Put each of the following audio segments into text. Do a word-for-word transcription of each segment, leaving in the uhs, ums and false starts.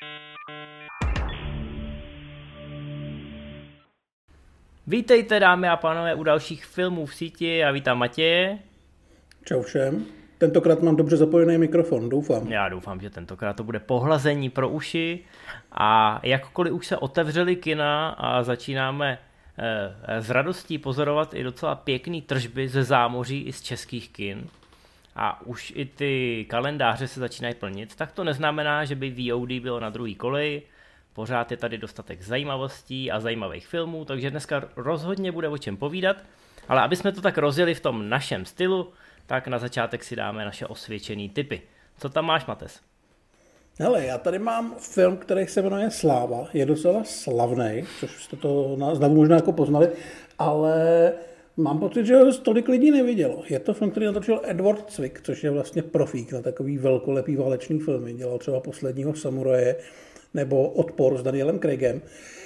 Vítejte, dámy a pánové, u dalších filmů v síti. Já vítám Matěje. Čau všem. Tentokrát mám dobře zapojený mikrofon, doufám. Já doufám, že tentokrát to bude pohlazení pro uši. A jakkoliv už se otevřely kina a začínáme eh, s radostí pozorovat i docela pěkný tržby ze zámoří i z českých kin, a už i ty kalendáře se začínají plnit, tak to neznamená, že by V O D bylo na druhý koleji. Pořád je tady dostatek zajímavostí a zajímavých filmů, takže dneska rozhodně bude o čem povídat. Ale aby jsme to tak rozjeli v tom našem stylu, tak na začátek si dáme naše osvědčený tipy. Co tam máš, Mates? Hele, já tady mám film, který se jmenuje Sláva. Je docela slavný, což jste to znovu možná jako poznali, ale mám pocit, že ho tolik lidí nevidělo. Je to film, který natočil Edward Zwick, což je vlastně profík na takový velkolepý válečný filmy. Dělal třeba Posledního samuraje nebo Odpor s Danielem Craigem.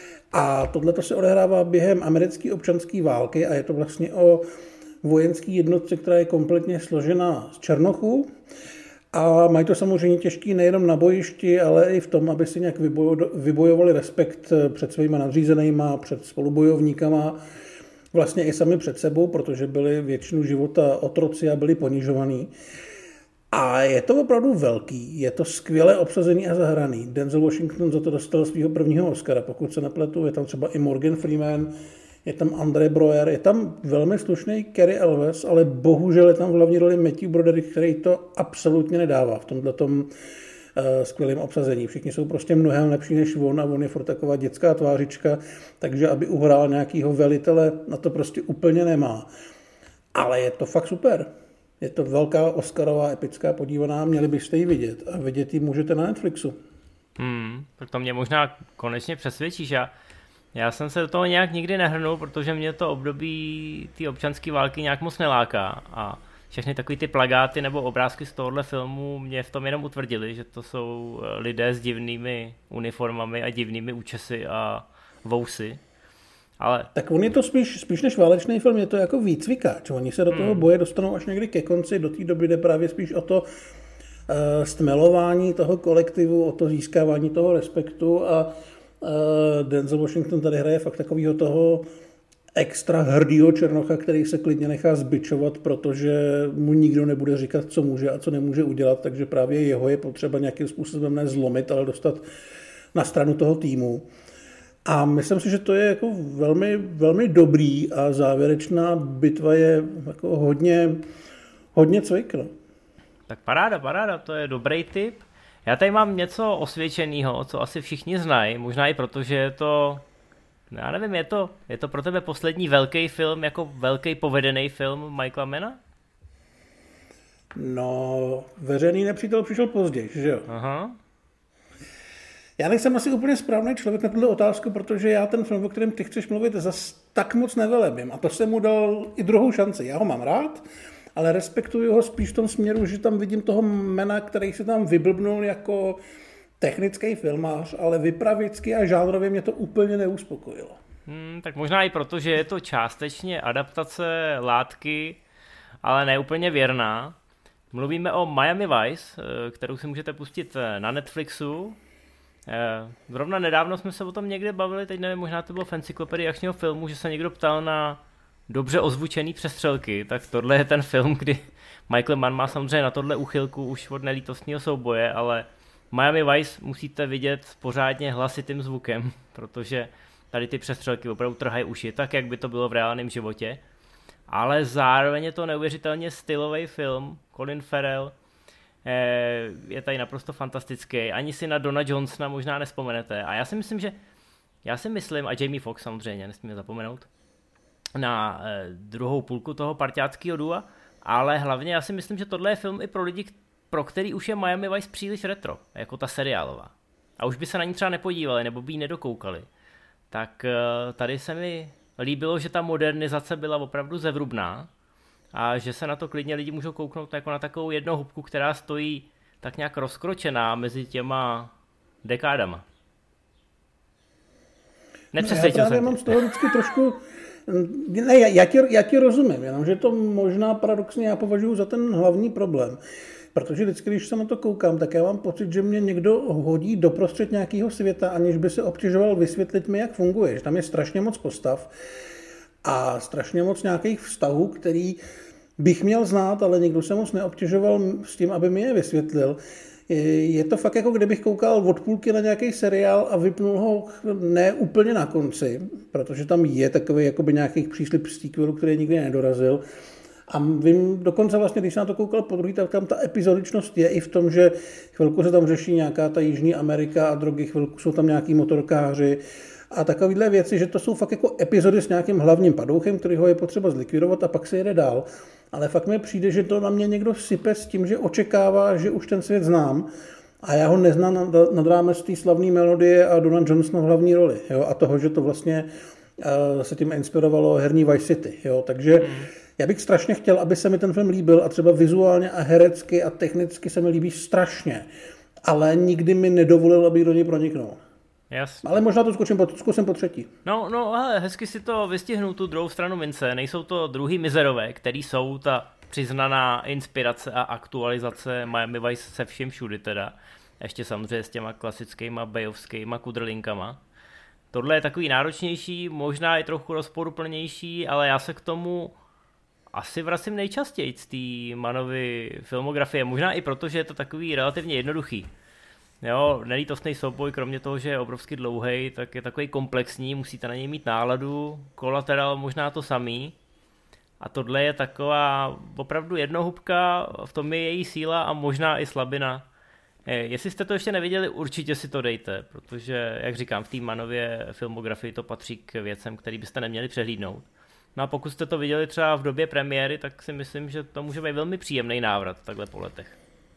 A tohle se odehrává během americké občanské války a je to vlastně o vojenské jednotce, která je kompletně složena z černochů. A mají to samozřejmě těžký nejenom na bojišti, ale i v tom, aby si nějak vybojovali respekt před svýma nadřízenýma, před spolubojovníkama, vlastně i sami před sebou, protože byli většinu života otroci a byli ponižovaní. A je to opravdu velký, je to skvěle obsazený a zahraný. Denzel Washington za to dostal svého prvního Oscara, pokud se nepletu, je tam třeba i Morgan Freeman, je tam Andre Breuer, je tam velmi slušný Cary Elwes, ale bohužel je tam v hlavní roli Matthew Broderick, který to absolutně nedává v tomhletom uh, skvělém obsazení. Všichni jsou prostě mnohem lepší než on a on je furt taková dětská tvářička, takže aby uhrál nějakýho velitele, na to prostě úplně nemá. Ale je to fakt super. Je to velká oscarová epická podívaná, měli byste ji vidět a vidět ji můžete na Netflixu. Hmm, tak to mě možná konečně přesvědčíš. Já, já jsem se do toho nějak nikdy nehrnul, protože mě to období té občanské války nějak moc neláká a všechny takový ty plagáty nebo obrázky z tohohle filmu mě v tom jenom utvrdili, že to jsou lidé s divnými uniformami a divnými účesy a vousy. Ale... Tak on je to spíš, spíš než válečný film, je to jako výcvikáč. Oni se do toho hmm. boje dostanou až někdy ke konci, do té doby jde právě spíš o to uh, stmelování toho kolektivu, o to získávání toho respektu a uh, Denzel Washington tady hraje fakt takového toho extra hrdýho černocha, který se klidně nechá zbičovat, protože mu nikdo nebude říkat, co může a co nemůže udělat, takže právě jeho je potřeba nějakým způsobem ne zlomit, ale dostat na stranu toho týmu. A myslím si, že to je jako velmi, velmi dobrý a závěrečná bitva je jako hodně, hodně cvik. No. Tak paráda, paráda, to je dobrý tip. Já tady mám něco osvědčeného, co asi všichni znají, možná i proto, že je to, já nevím, je to, je to pro tebe poslední velký film, jako velký povedený film Michaela Manna? No, Veřejný nepřítel přišel později, že jo? Aha. Já nejsem asi úplně správný člověk na tuto otázku, protože já ten film, o kterém ty chceš mluvit, zas tak moc nevelebím. A to jsem mu dal i druhou šanci. Já ho mám rád, ale respektuju ho spíš v tom směru, že tam vidím toho Mana, který se tam vyblbnul jako technický filmář, ale vypravěcky a žánrově mě to úplně neuspokojilo. Hmm, tak možná i proto, že je to částečně adaptace látky, ale ne úplně věrná. Mluvíme o Miami Vice, kterou si můžete pustit na Netflixu. Zrovna nedávno jsme se o tom někde bavili, teď nevím, možná to bylo v encyklopedii akčního filmu, že se někdo ptal na dobře ozvučený přestřelky, tak tohle je ten film, kdy Michael Mann má samozřejmě na tohle uchylku už od nelítostného souboje, ale Miami Vice musíte vidět pořádně hlasitým zvukem, protože tady ty přestřelky opravdu trhají uši, tak jak by to bylo v reálném životě, ale zároveň je to neuvěřitelně stylový film. Colin Farrell je tady naprosto fantastický. Ani si na Dona Johnsona možná nespomenete. A já si myslím, že já si myslím, a Jamie Foxx samozřejmě, nesmíme zapomenout, na eh, druhou půlku toho parťáckého dua, ale hlavně já si myslím, že tohle je film i pro lidi, pro který už je Miami Vice příliš retro, jako ta seriálová. A už by se na ní třeba nepodívali, nebo by ji nedokoukali. Tak eh, tady se mi líbilo, že ta modernizace byla opravdu zevrubná, a že se na to klidně lidi můžou kouknout jako na takovou jednou hubku, která stojí tak nějak rozkročená mezi těma dekádama. Nepřesvědčil no, jsem. Já mám z toho vždycky trošku... Ne, já, já, ti, já ti rozumím, jenomže to možná paradoxně já považuji za ten hlavní problém. Protože vždycky, když se na to koukám, tak já mám pocit, že mě někdo hodí doprostřed nějakého světa, aniž by se obtěžoval vysvětlit mi, jak funguje. Že tam je strašně moc postav a strašně moc nějakých vztahů, který bych měl znát, ale nikdo se moc neobtěžoval s tím, aby mi je vysvětlil. Je to fakt jako kdybych koukal od půlky na nějaký seriál a vypnul ho ne úplně na konci, protože tam je takový jakoby nějaký příslib sequelu, který nikdy nedorazil. A vím dokonce vlastně, když jsem na to koukal po druhý, tak tam ta epizodičnost je i v tom, že chvilku se tam řeší nějaká ta Jižní Amerika a drogy, chvilku jsou tam nějaký motorkáři a takovéhle věci, že to jsou fakt jako epizody s nějakým hlavním padouchem, kterýho je potřeba zlikvidovat a pak se jede dál. Ale fakt mi přijde, že to na mě někdo sype s tím, že očekává, že už ten svět znám a já ho neznám nad rámec té slavné melodie a Dona Johnsona v hlavní roli. Jo? A toho, že to vlastně uh, se tím inspirovalo herní Vice City. Jo? Takže mm. já bych strašně chtěl, aby se mi ten film líbil a třeba vizuálně a herecky a technicky se mi líbí strašně, ale nikdy mi nedovolil, abych do něj proniknul. Jasně. Ale možná to zkusím po, zkusím po třetí. No, no, ale hezky si to vystihnul tu druhou stranu mince. Nejsou to druhý mizerové, který jsou ta přiznaná inspirace a aktualizace Miami Vice se vším všudy teda. Ještě samozřejmě s těma klasickýma bayovskýma kudrlinkama. Tohle je takový náročnější, možná i trochu rozporuplnější, ale já se k tomu asi vracím nejčastěji z té Mannovy filmografie. Možná i proto, že je to takový relativně jednoduchý. Jo, nelítostný souboj, kromě toho, že je obrovsky dlouhej, tak je takový komplexní, musíte na něj mít náladu, Collateral možná to samý. A tohle je taková opravdu jednohubka, v tom je její síla a možná i slabina. Jestli jste to ještě neviděli, určitě si to dejte, protože, jak říkám, v té Mannově filmografii to patří k věcem, který byste neměli přehlídnout. No a pokud jste to viděli třeba v době premiéry, tak si myslím, že to může být velmi příjemný návrat takhle po letech.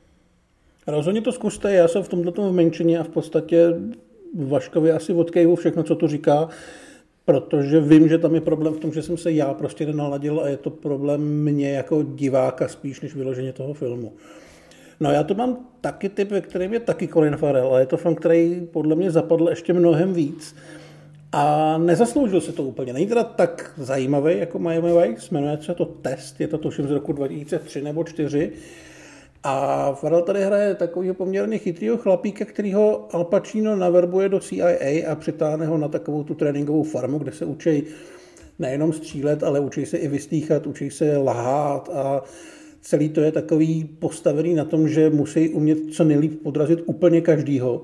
Rozhodně to zkuste, já jsem v tomto v menšině a v podstatě Vaškovi asi odkejvu všechno, co tu říká, protože vím, že tam je problém v tom, že jsem se já prostě nenaladil a je to problém mě jako diváka spíš, než vyloženě toho filmu. No já to mám taky typ, ve kterém je taky Colin Farrell, ale je to film, který podle mě zapadl ještě mnohem víc a nezasloužil se to úplně. Není teda tak zajímavý jako Miami Vice, jmenuje se to Test, je to tuším z roku dva tisíce tři nebo čtyři. A Farrell tady hraje takovýho poměrně chytrýho chlapíka, kterýho Al Pacino naverbuje do C I A a přitáhne ho na takovou tu tréninkovou farmu, kde se učí nejenom střílet, ale učí se i vystýchat, učí se lhát a celý to je takový postavený na tom, že musí umět co nejlíp podrazit úplně každýho.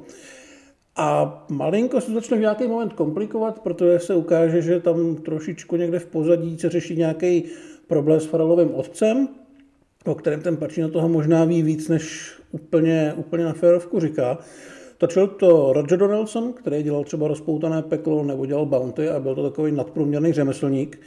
A malinko se začne v nějaký moment komplikovat, protože se ukáže, že tam trošičku někde v pozadí se řeší nějaký problém s Farrellovým otcem, o kterém ten Pacino toho možná ví víc, než úplně, úplně na férovku říká. Točil to Roger Donaldson, který dělal třeba Rozpoutané peklo nebo dělal Bounty a byl to takový nadprůměrný řemeslník.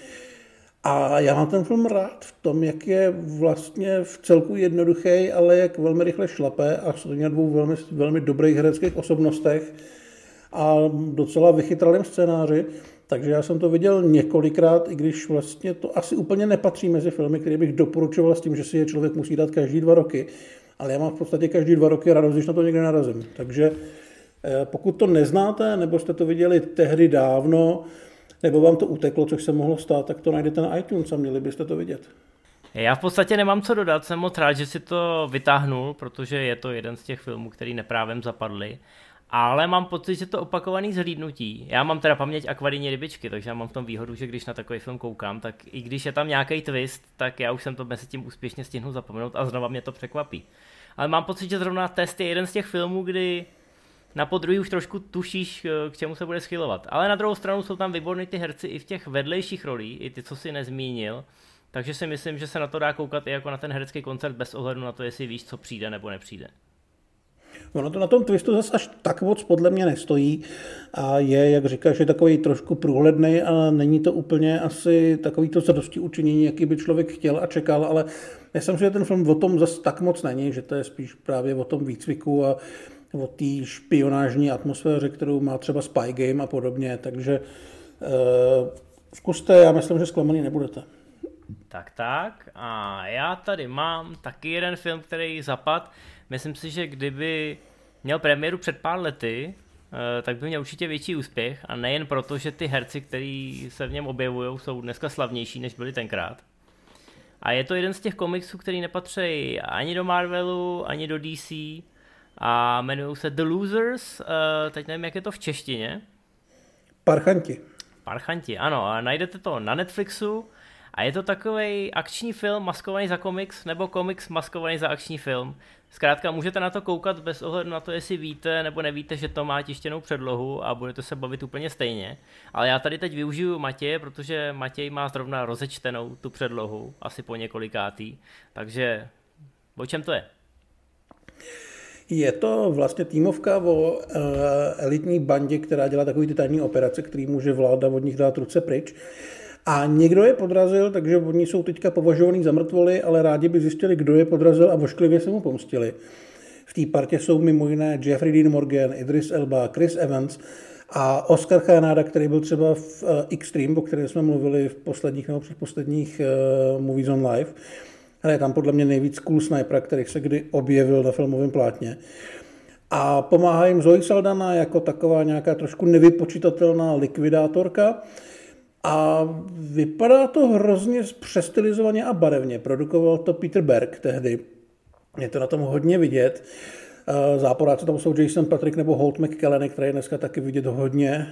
A já mám ten film rád v tom, jak je vlastně v celku jednoduchý, ale jak velmi rychle šlape a stojí na dvou velmi, velmi dobrých hereckých osobnostech a docela vychytralým scénáři. Takže já jsem to viděl několikrát, i když vlastně to asi úplně nepatří mezi filmy, které bych doporučoval s tím, že si je člověk musí dát každý dva roky. Ale já mám v podstatě každý dva roky radost, když na to někde narazím. Takže pokud to neznáte, nebo jste to viděli tehdy dávno, nebo vám to uteklo, což se mohlo stát, tak to najdete na iTunes a měli byste to vidět. Já v podstatě nemám co dodat, jsem moc rád, že si to vytáhnul, protože je to jeden z těch filmů, který neprávem zapadly. Ale mám pocit, že to opakovaný zhlídnutí. Já mám teda paměť akvarijní rybičky, takže já mám v tom výhodu, že když na takový film koukám, tak i když je tam nějaký twist, tak já už jsem to mezi tím úspěšně stihnul zapomenout a znova mě to překvapí. Ale mám pocit, že zrovna Test je jeden z těch filmů, kdy na podruhý už trošku tušíš, k čemu se bude schylovat. Ale na druhou stranu jsou tam výborní ty herci i v těch vedlejších rolích, i ty, co si nezmínil. Takže si myslím, že se na to dá koukat i jako na ten herecký koncert bez ohledu na to, jestli víš, co přijde nebo nepřijde. Ono to na tom twistu zase až tak moc podle mě nestojí a je, jak říkáš, je takový trošku průhledný a není to úplně asi takový to zadosti učinění, jaký by člověk chtěl a čekal, ale myslím, že ten film o tom zase tak moc není, že to je spíš právě o tom výcviku a o té špionážní atmosféře, kterou má třeba Spy Game a podobně, takže uh, zkuste, já myslím, že zklamaný nebudete. Tak tak a já tady mám taky jeden film, který zapad. Myslím si, že kdyby měl premiéru před pár lety, tak by měl určitě větší úspěch a nejen proto, že ty herci, kteří se v něm objevují, jsou dneska slavnější, než byli tenkrát. A je to jeden z těch komiksů, který nepatří ani do Marvelu, ani do D C a jmenují se The Losers, uh, teď nevím, jak je to v češtině. Parchanti. Parchanti, ano, a najdete to na Netflixu a je to takovej akční film maskovaný za komiks, nebo komiks maskovaný za akční film. Zkrátka můžete na to koukat bez ohledu na to, jestli víte nebo nevíte, že to má tištěnou předlohu a budete se bavit úplně stejně. Ale já tady teď využiju Matěje, protože Matěj má zrovna rozečtenou tu předlohu, asi po několikátý. Takže o čem to je? Je to vlastně týmovka o uh, elitní bandě, která dělá takový ty tajné operace, který může vláda od nich dát ruce pryč. A někdo je podrazil, takže oni jsou teďka považovaní za mrtvoly, ale rádi by zjistili, kdo je podrazil a vošklivě se mu pomstili. V té partě jsou mimo jiné Jeffrey Dean Morgan, Idris Elba, Chris Evans a Oscar Canada, který byl třeba v uh, Extreme, o kterém jsme mluvili v posledních nebo předposledních uh, Movies on Live. Ale je tam podle mě nejvíc cool sniper, který se kdy objevil na filmovém plátně. A pomáhá jim Zoe Saldana jako taková nějaká trošku nevypočitatelná likvidátorka. A vypadá to hrozně přestylizovaně a barevně. Produkoval to Peter Berg tehdy. Je to na tom hodně vidět. Záporáci tam jsou Jason Patrick nebo Holt McKellen, který je dneska taky vidět hodně.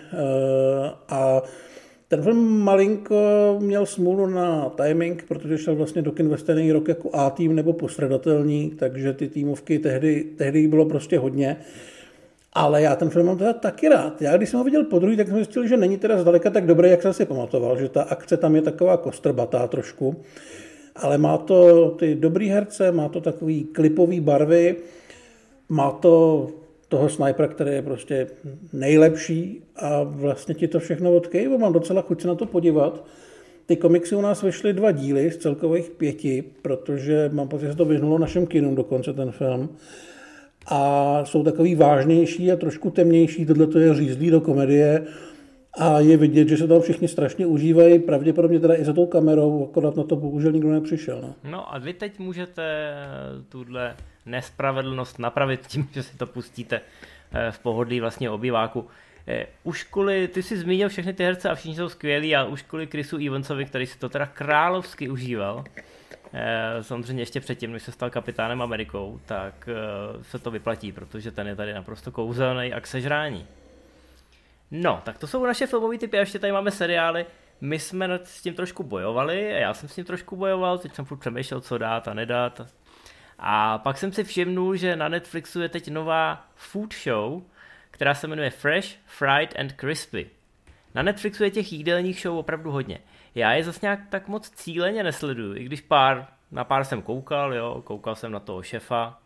A ten film malinko měl smůlu na timing, protože šel vlastně do kin ve stejný rok jako A-tým nebo Postradatelní, takže ty týmovky tehdy, tehdy bylo prostě hodně. Ale já ten film mám teda taky rád. Já když jsem ho viděl podruhý, tak jsem zjistil, že není teda zdaleka tak dobrý, jak jsem si pamatoval, že ta akce tam je taková kostrbatá trošku. Ale má to ty dobrý herce, má to takový klipový barvy, má to toho snipera, který je prostě nejlepší a vlastně ti to všechno odkejvo. Mám docela chuť se na to podívat. Ty komiksy u nás vyšly dva díly z celkových pěti, protože mám pocit, že se to vyhnulo našem kinům dokonce ten film. A jsou takový vážnější a trošku temnější. Tohle to je řízlý do komedie a je vidět, že se tam všichni strašně užívají, pravděpodobně teda i za tou kamerou, akorát na to bohužel nikdo nepřišel. No, no a vy teď můžete tuhle nespravedlnost napravit tím, že si to pustíte v pohodlí vlastně obyváku. Už kvůli, ty jsi zmínil všechny ty herce a všichni jsou skvělí a už kvůli Chrisu Evansovi, který si to teda královsky užíval, samozřejmě ještě předtím, než se stal kapitánem Amerikou, tak se to vyplatí, protože ten je tady naprosto kouzelný a k sežrání. No, tak to jsou naše filmové typy a ještě tady máme seriály. My jsme s tím trošku bojovali, já jsem s tím trošku bojoval, teď jsem furt přemýšlel, co dát a nedat. A pak jsem si všimnul, že na Netflixu je teď nová food show, která se jmenuje Fresh, Fried and Crispy. Na Netflixu je těch jídelních show opravdu hodně. Já je zase nějak tak moc cíleně nesleduju, i když pár, na pár jsem koukal, jo, koukal jsem na toho šefa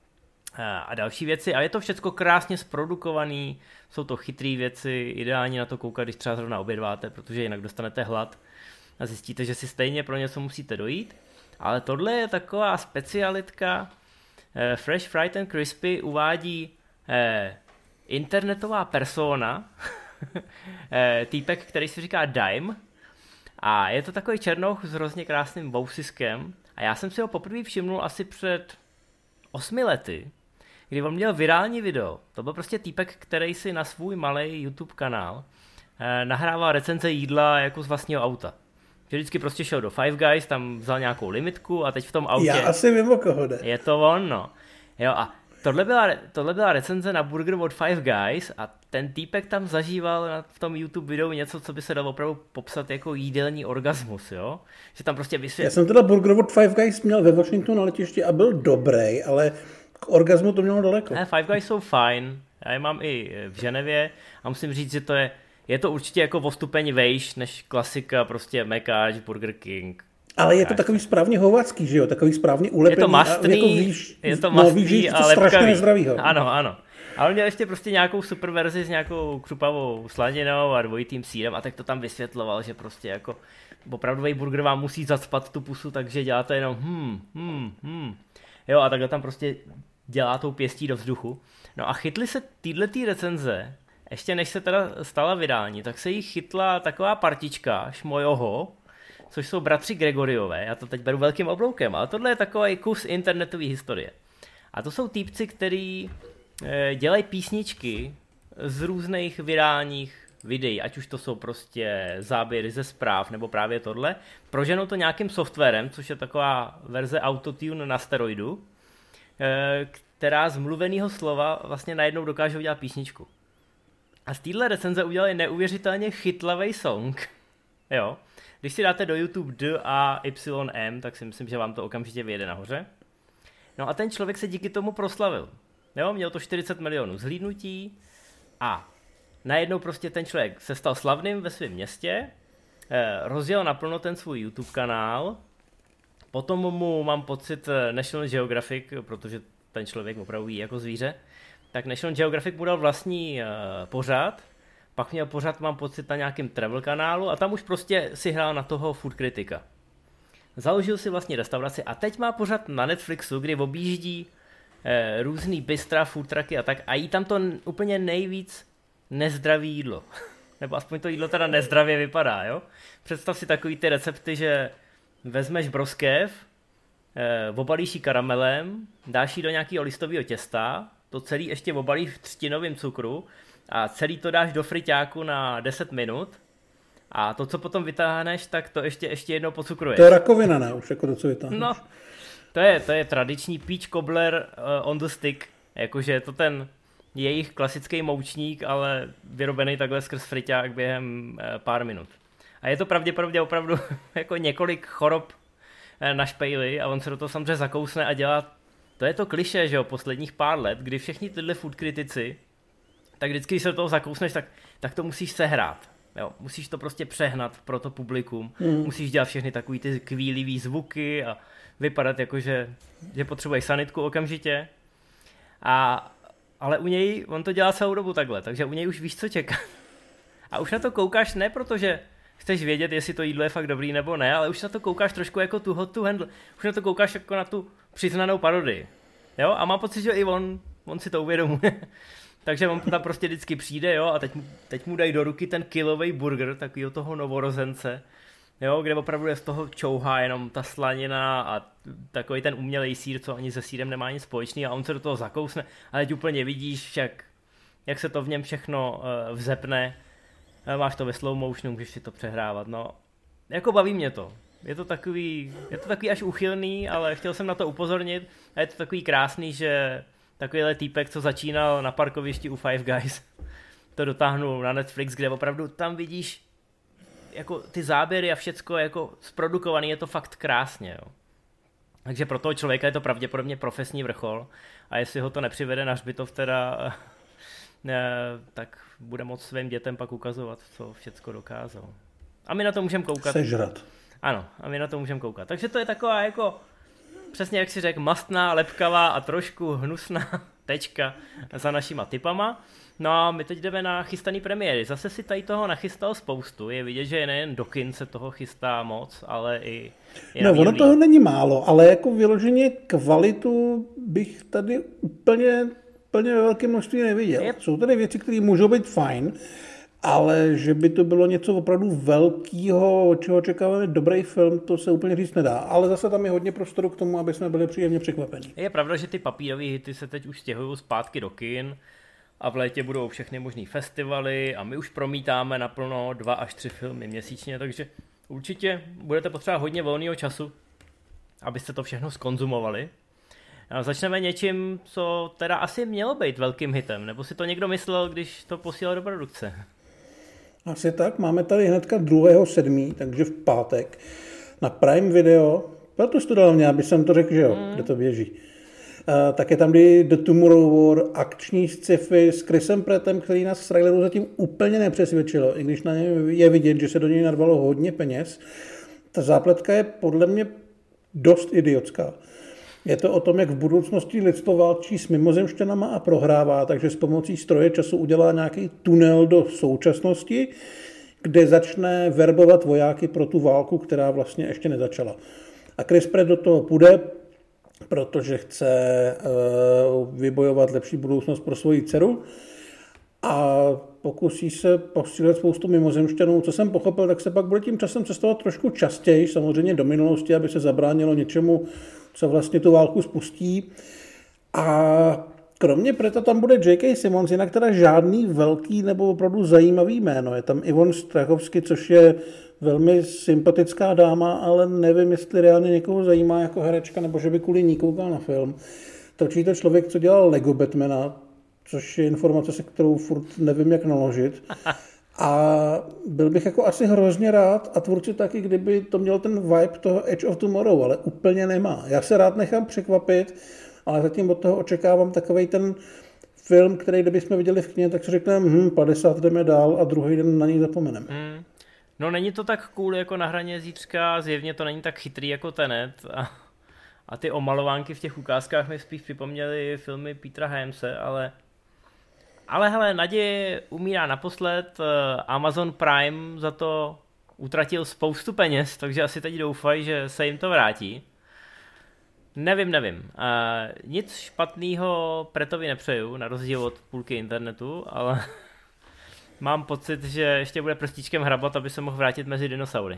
a další věci a je to všecko krásně zprodukovaný, jsou to chytrý věci, ideální na to koukat, když třeba zrovna obědváte, protože jinak dostanete hlad a zjistíte, že si stejně pro něco musíte dojít. Ale tohle je taková specialitka. Fresh, Fried and Crispy uvádí eh, internetová persona, eh, týpek, který se říká Dime. A je to takový černoch s hrozně krásným vousiskem. A já jsem si ho poprvé všimnul asi před osmi lety, kdy on měl virální video. To byl prostě týpek, který si na svůj malý YouTube kanál eh, nahrával recenze jídla jako z vlastního auta. Že vždycky prostě šel do Five Guys, tam vzal nějakou limitku a teď v tom autě... Já asi vím, o koho jde. Je to on, no. Jo, a tohle byla, tohle byla recenze na burger od Five Guys a ten týpek tam zažíval na, v tom YouTube videu něco, co by se dalo opravdu popsat jako jídelní orgasmus, jo? Že tam prostě vysvětlil... Já jsem teda burger od Five Guys měl ve Washingtonu na letišti a byl dobrý, ale k orgasmu to mělo daleko. Ne, Five Guys jsou fajn, já je mám i v Ženevě a musím říct, že to je... Je to určitě jako o stupeň vejš než klasika, prostě Mekáč, Burger King. Ale je to takový správně hovacký, že jo? Takový správně ulepený. Je to mastný, jako víš, je to mastný, no, víš, ale strašně nezdravýho. Ano, ano. A on měl ještě prostě nějakou super verzi s nějakou křupavou slaninou a dvojitým sírem a tak to tam vysvětloval, že prostě jako opravdový burger vám musí zacpat tu pusu, takže děláte jenom hmm, hmm, hmm. Jo, a takhle tam prostě dělá tou pěstí do vzduchu. No a chytli se týhletý recenze, ještě než se teda stala vydání, tak se jí chytla taková partička Šmojoho, což jsou bratři Gregoriové, já to teď beru velkým obloukem, ale tohle je takový kus internetové historie. A to jsou týpci, kteří e, dělají písničky z různých virálních videí, ať už to jsou prostě záběry ze zpráv nebo právě tohle, proženou to nějakým softwarem, což je taková verze Autotune na steroidu, která z mluveného slova vlastně najednou dokáže udělat písničku. A z téhle recenze udělali neuvěřitelně chytlavý song. Jo. Když si dáte do YouTube D A Y M, tak si myslím, že vám to okamžitě vyjede nahoře. No a ten člověk se díky tomu proslavil. Jo, měl to čtyřicet milionů zhlídnutí a najednou prostě ten člověk se stal slavným ve svém městě, rozjel naplno ten svůj YouTube kanál, potom mu, mám pocit, National Geographic, protože ten člověk opravdu ví jako zvíře, tak National Geographic mu dal vlastní uh, pořad, pak měl pořad, mám pocit, na nějakém travel kanálu a tam už prostě si hrál na toho food kritika. Založil si vlastní restauraci a teď má pořad na Netflixu, kdy objíždí uh, různý bystra, food trucky a tak a jí tam to úplně nejvíc nezdravý jídlo. Nebo aspoň to jídlo teda nezdravě vypadá, jo? Představ si takový ty recepty, že vezmeš broskev, uh, obalíš ji karamelem, dáš ji do nějakého listového těsta, to celý ještě obalíš v třtinovém cukru a celý to dáš do friťáku na deset minut a to, co potom vytáhneš, tak to ještě, ještě jednou pocukruješ. To je rakovina, ne? Už jako to, co vytáhneš. No, to je, to je tradiční peach cobbler uh, on the stick, jakože je to ten jejich klasický moučník, ale vyrobený takhle skrz friťák během uh, pár minut. A je to pravděpodobně opravdu jako několik chorob uh, na špejli a on se do toho samozřejmě zakousne a dělá. To je to klišé, že jo, posledních pár let, kdy všichni tyhle food kritici, tak vždycky, když se do toho zakousneš, tak, tak to musíš sehrát. Jo, musíš to prostě přehnat pro to publikum, mm. musíš dělat všechny takový ty kvílivý zvuky a vypadat jako, že, že potřebuješ sanitku okamžitě. A, ale u něj, on to dělá celou dobu takhle, takže u něj už víš, co čeká. A už na to koukáš ne protože chceš vědět, jestli to jídlo je fakt dobrý nebo ne, ale už na to koukáš trošku jako tu hot to handle. Už na to koukáš jako na tu přiznanou parodii. Jo? A mám pocit, že i on, on si to uvědomuje. Takže on tam prostě vždycky přijde, jo, a teď mu, teď mu dají do ruky ten kilový burger, takovýho toho novorozence, jo, kde opravdu z toho čouhá jenom ta slanina a takový ten umělej sýr, co ani se sýrem nemá nic společný a on se do toho zakousne a teď úplně vidíš, jak, jak se to v něm všechno uh, vzepne. Máš to ve slow motionu, můžeš si to přehrávat, no. Jako baví mě to. Je to takový, je to takový až uchylný, ale chtěl jsem na to upozornit a je to takový krásný, že takovýhle týpek, co začínal na parkovišti u Five Guys, to dotáhnul na Netflix, kde opravdu tam vidíš jako ty záběry a všecko jako zprodukovaný, je to fakt krásně, jo. Takže pro toho člověka je to pravděpodobně profesní vrchol a jestli ho to nepřivede na hřbitov teda, tak bude moct svým dětem pak ukazovat, co všecko dokázal. A my na to můžeme koukat. Sežrat. Ano, a my na to můžeme koukat. Takže to je taková jako, přesně jak si řekl, mastná, lepkavá a trošku hnusná tečka za našima tipama. No a my teď jdeme na chystaný premiéry. Zase si tady toho nachystal spoustu. Je vidět, že nejen do kin se toho chystá moc, ale i, i no, ono toho není málo, ale jako vyloženě kvalitu bych tady úplně, úplně ve velkém množství neviděl. Je... Jsou tady věci, které můžou být fajn, ale že by to bylo něco opravdu velkého, od čeho očekáváme dobrý film, to se úplně říct nedá. Ale zase tam je hodně prostoru k tomu, aby jsme byli příjemně překvapení. Je pravda, že ty papírové hity se teď už stěhují zpátky do kin a v létě budou všechny možný festivaly a my už promítáme naplno dva až tři filmy měsíčně, takže určitě budete potřebovat hodně volného času, abyste to všechno zkonzumovali. A začneme něčím, co teda asi mělo být velkým hitem, nebo si to někdo myslel, když to posílal do produkce? Asi tak, máme tady hnedka druhého sedmého takže v pátek na Prime Video, proto jsi to dal mě, aby jsem to řekl, že jo, mm. kde to běží. Uh, tak je tam The Tomorrow War, akční sci-fi s Chrisem Prattem, který nás v traileru zatím úplně nepřesvědčilo, i když na něm je vidět, že se do něj narvalo hodně peněz. Ta zápletka je podle mě dost idiotská. Je to o tom, jak v budoucnosti lidstvo válčí s mimozemšťanama a prohrává, takže s pomocí stroje času udělá nějaký tunel do současnosti, kde začne verbovat vojáky pro tu válku, která vlastně ještě nezačala. A Chris Pratt do toho půjde, protože chce uh, vybojovat lepší budoucnost pro svoji dceru a pokusí se postřílet spoustu mimozemšťanů. Co jsem pochopil, tak se pak bude tím časem cestovat trošku častěji, samozřejmě do minulosti, aby se zabránilo něčemu, co vlastně tu válku spustí. A kromě Preta tam bude J K. Simmons, jinak teda žádný velký nebo opravdu zajímavý jméno. Je tam Ivon Strachovsky, což je velmi sympatická dáma, ale nevím, jestli reálně někoho zajímá jako herečka, nebo že by kvůli ní koukal na film. Točí to člověk, co dělal Lego Batmana, což je informace, se kterou furt nevím, jak naložit. A byl bych jako asi hrozně rád, a tvůrci taky, kdyby to měl ten vibe toho Edge of Tomorrow, ale úplně nemá. Já se rád nechám překvapit, ale zatím od toho očekávám takovej ten film, který kdybychom viděli v knihe, tak si řekneme, hm, padesát jdeme dál a druhý den na něj zapomeneme. Mm. No není to tak cool jako Na hraně zítřka, zjevně to není tak chytrý jako Tenet a, a ty omalovánky v těch ukázkách mi spíš připomněly filmy Petera Hyamse, ale ale hele, naděje umírá naposled, Amazon Prime za to utratil spoustu peněz, takže asi teď doufají, že se jim to vrátí. Nevím, nevím. Uh, nic špatného Pretovi nepřeju, na rozdíl od půlky internetu, ale mám pocit, že ještě bude prstíčkem hrabat, aby se mohl vrátit mezi dinosaury.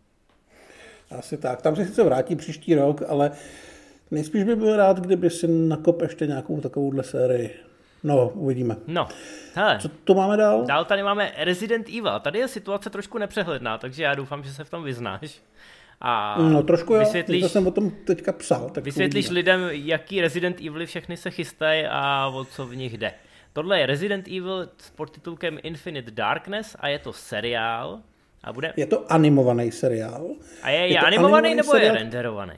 Asi tak. Tam se sice vrátí příští rok, ale nejspíš by byl rád, kdyby si nakop ještě nějakou takovouhle sérii. No, uvidíme. No, hele. Co tu máme dál? Dál tady máme Resident Evil. Tady je situace trošku nepřehledná, takže já doufám, že se v tom vyznáš. A no trošku vysvětlíš, jo, to jsem o tom teďka psal. Tak vysvětlíš lidem, jaký Resident Evil všechny se chystají a o co v nich jde. Tohle je Resident Evil s podtitulkem Infinite Darkness a je to seriál. A bude... Je to animovaný seriál. A je, je, je animovaný, animovaný nebo seriál? Je renderovaný?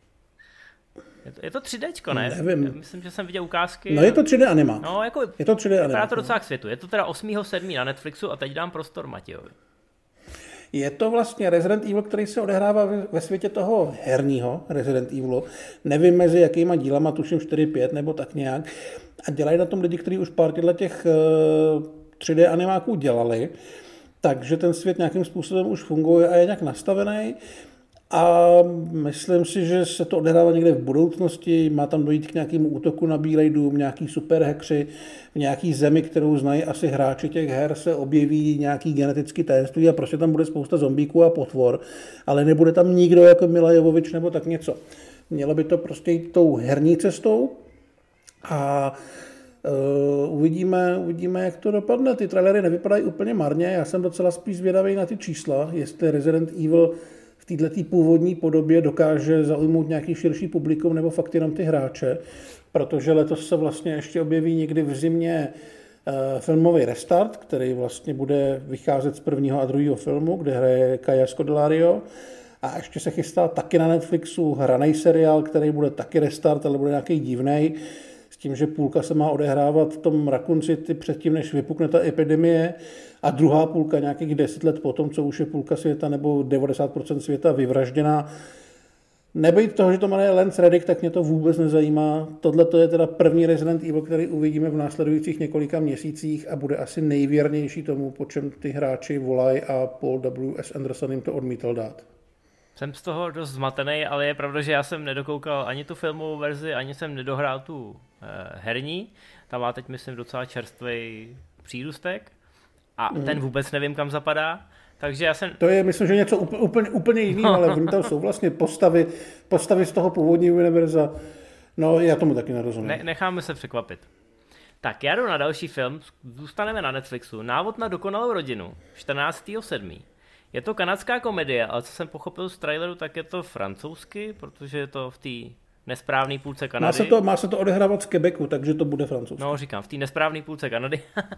Je to, je to tři déčko, ne? Nevím. Já myslím, že jsem viděl ukázky. No je to tři dé anima. No, jako, je to tři dé anima. Vypadá to docela k světu. Je to teda osmého sedmého na Netflixu a teď dám prostor Matějovi. Je to vlastně Resident Evil, který se odehrává ve světě toho herního Resident Evilu. Nevím mezi jakýma dílama, tuším čtyři pět nebo tak nějak. A dělají na tom lidi, kteří už pár těchto těch tři dé animáků dělali. Takže ten svět nějakým způsobem už funguje a je nějak nastavený. A myslím si, že se to odehrává někde v budoucnosti, má tam dojít k nějakému útoku na Bílej dům, nějaký superhekři, v nějaký zemi, kterou znají asi hráči těch her, se objeví nějaký genetický tajemství a prostě tam bude spousta zombíků a potvor, ale nebude tam nikdo jako Mila Jovovič nebo tak něco. Mělo by to prostě jít tou herní cestou a Uh, uvidíme, uvidíme, jak to dopadne. Ty trailery nevypadají úplně marně, já jsem docela spíš zvědavý na ty čísla, jestli Resident Evil v této původní podobě dokáže zaujmout nějaký širší publikum nebo fakt jenom ty hráče, protože letos se vlastně ještě objeví někdy v zimě uh, filmový Restart, který vlastně bude vycházet z prvního a druhého filmu, kde hraje Kaja Scodelario. A ještě se chystá taky na Netflixu hranej seriál, který bude taky Restart, ale bude nějaký divnej, s tím, že půlka se má odehrávat v tom Raccoon City předtím, než vypukne ta epidemie, a druhá půlka nějakých deset let potom, co už je půlka světa nebo devadesát procent světa vyvražděná. Nebejt toho, že to jmenuje Lance Reddick, tak mě to vůbec nezajímá. Tohle to je teda první Resident Evil, který uvidíme v následujících několika měsících a bude asi nejvěrnější tomu, po čem ty hráči volají, a Paul W S. Anderson jim to odmítal dát. Jsem z toho dost zmatený, ale je pravda, že já jsem nedokoukal ani tu filmovou verzi, ani jsem nedohrál tu eh, herní. Tam má teď, myslím, docela čerstvý přírůstek a mm. ten vůbec nevím, kam zapadá. Takže já jsem... To je, myslím, že něco úplně, úplně, úplně jiného, ale oni tam jsou vlastně postavy, postavy z toho původního univerza. No, já tomu taky nerozumím. Ne, necháme se překvapit. Tak já jdu na další film, zůstaneme na Netflixu. Návod na dokonalou rodinu, čtrnáctého sedmého Je to kanadská komedie, ale co jsem pochopil z traileru, tak je to francouzsky, protože je to v té nesprávné půlce Kanady. Má se to, má se to odehrávat z Quebecu, takže to bude francouzsky. No, říkám, v té nesprávné půlce Kanady.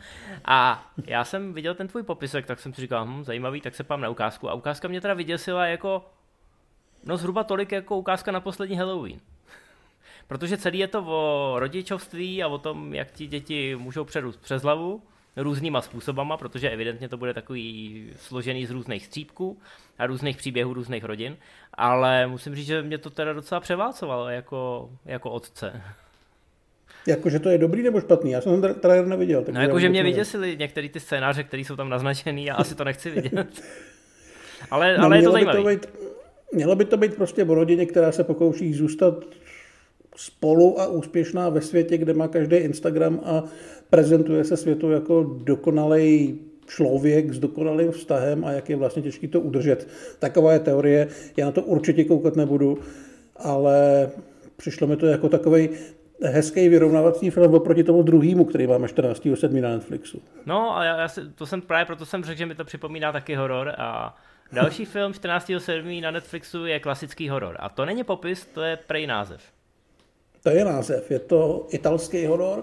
A já jsem viděl ten tvůj popisek, tak jsem si říkal, hm, zajímavý, tak se pám na ukázku. A ukázka mě teda vyděsila jako, no zhruba tolik jako ukázka na poslední Halloween. Protože celý je to o rodičovství a o tom, jak ti děti můžou přerůst přes hlavu různýma způsobama, protože evidentně to bude takový složený z různých střípků a různých příběhů různých rodin, ale musím říct, že mě to teda docela převálcovalo jako, jako otce. Jakože to je dobrý nebo špatný? Já jsem ten trailer neviděl. No jakože mě vyděsili některé ty scénáře, které jsou tam naznačený a asi to nechci vidět. ale, no, ale je to zajímavé. zajímavé. Mělo by to být prostě o rodině, která se pokouší zůstat spolu a úspěšná ve světě, kde má každý Instagram a prezentuje se světu jako dokonalý člověk s dokonalým vztahem a jak je vlastně těžký to udržet. Taková je teorie, já na to určitě koukat nebudu, ale přišlo mi to jako takovej hezký vyrovnávací film oproti tomu druhému, který máme čtrnáctého sedmého na Netflixu. No a já, já si, to jsem právě proto jsem řekl, že mi to připomíná taky horor a další film čtrnáctého sedmého na Netflixu je klasický horor a to není popis, to je prej název. To je název, je to italský horor,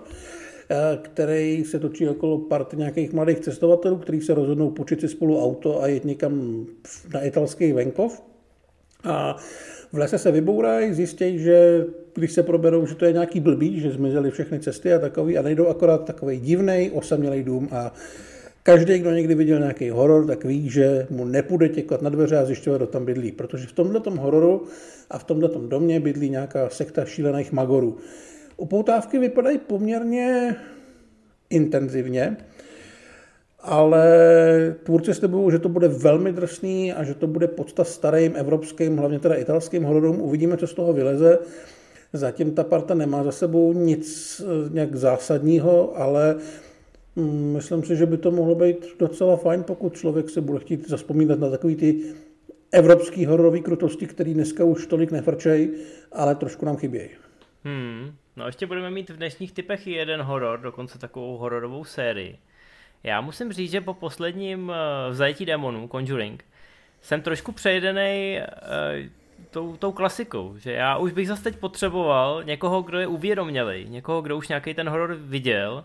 který se točí okolo party nějakých mladých cestovatelů, kteří se rozhodnou půjčit si spolu auto a jet někam na italský venkov. A v lese se vybourají, zjistějí, že když se proberou, že to je nějaký blbý, že zmizely všechny cesty a takový a najdou akorát takový divnej, osamělý dům a každý, kdo někdy viděl nějaký horor, tak ví, že mu nepůjde těkat na dveře a zjišťovat, kdo tam bydlí, protože v tomhletom hororu a v tomhletom domě bydlí nějaká sekta šílených magorů. Upoutávky vypadají poměrně intenzivně, ale tvůrci slibují, že to bude velmi drsný a že to bude podsta starým evropským, hlavně teda italským hororům. Uvidíme, co z toho vyleze. Zatím ta parta nemá za sebou nic nějak zásadního, ale myslím si, že by to mohlo být docela fajn, pokud člověk se bude chtít zazpomínat na takový ty evropský hororový krutosti, který dneska už tolik nefrčej, ale trošku nám chybějí. Hmm. No ještě budeme mít v dnešních typech jeden horor, dokonce takovou hororovou sérii. Já musím říct, že po posledním v zajetí démonů, Conjuring, jsem trošku přejedenej uh, tou, tou klasikou, že já už bych zase teď potřeboval někoho, kdo je uvědomělej, někoho, kdo už nějaký ten horor viděl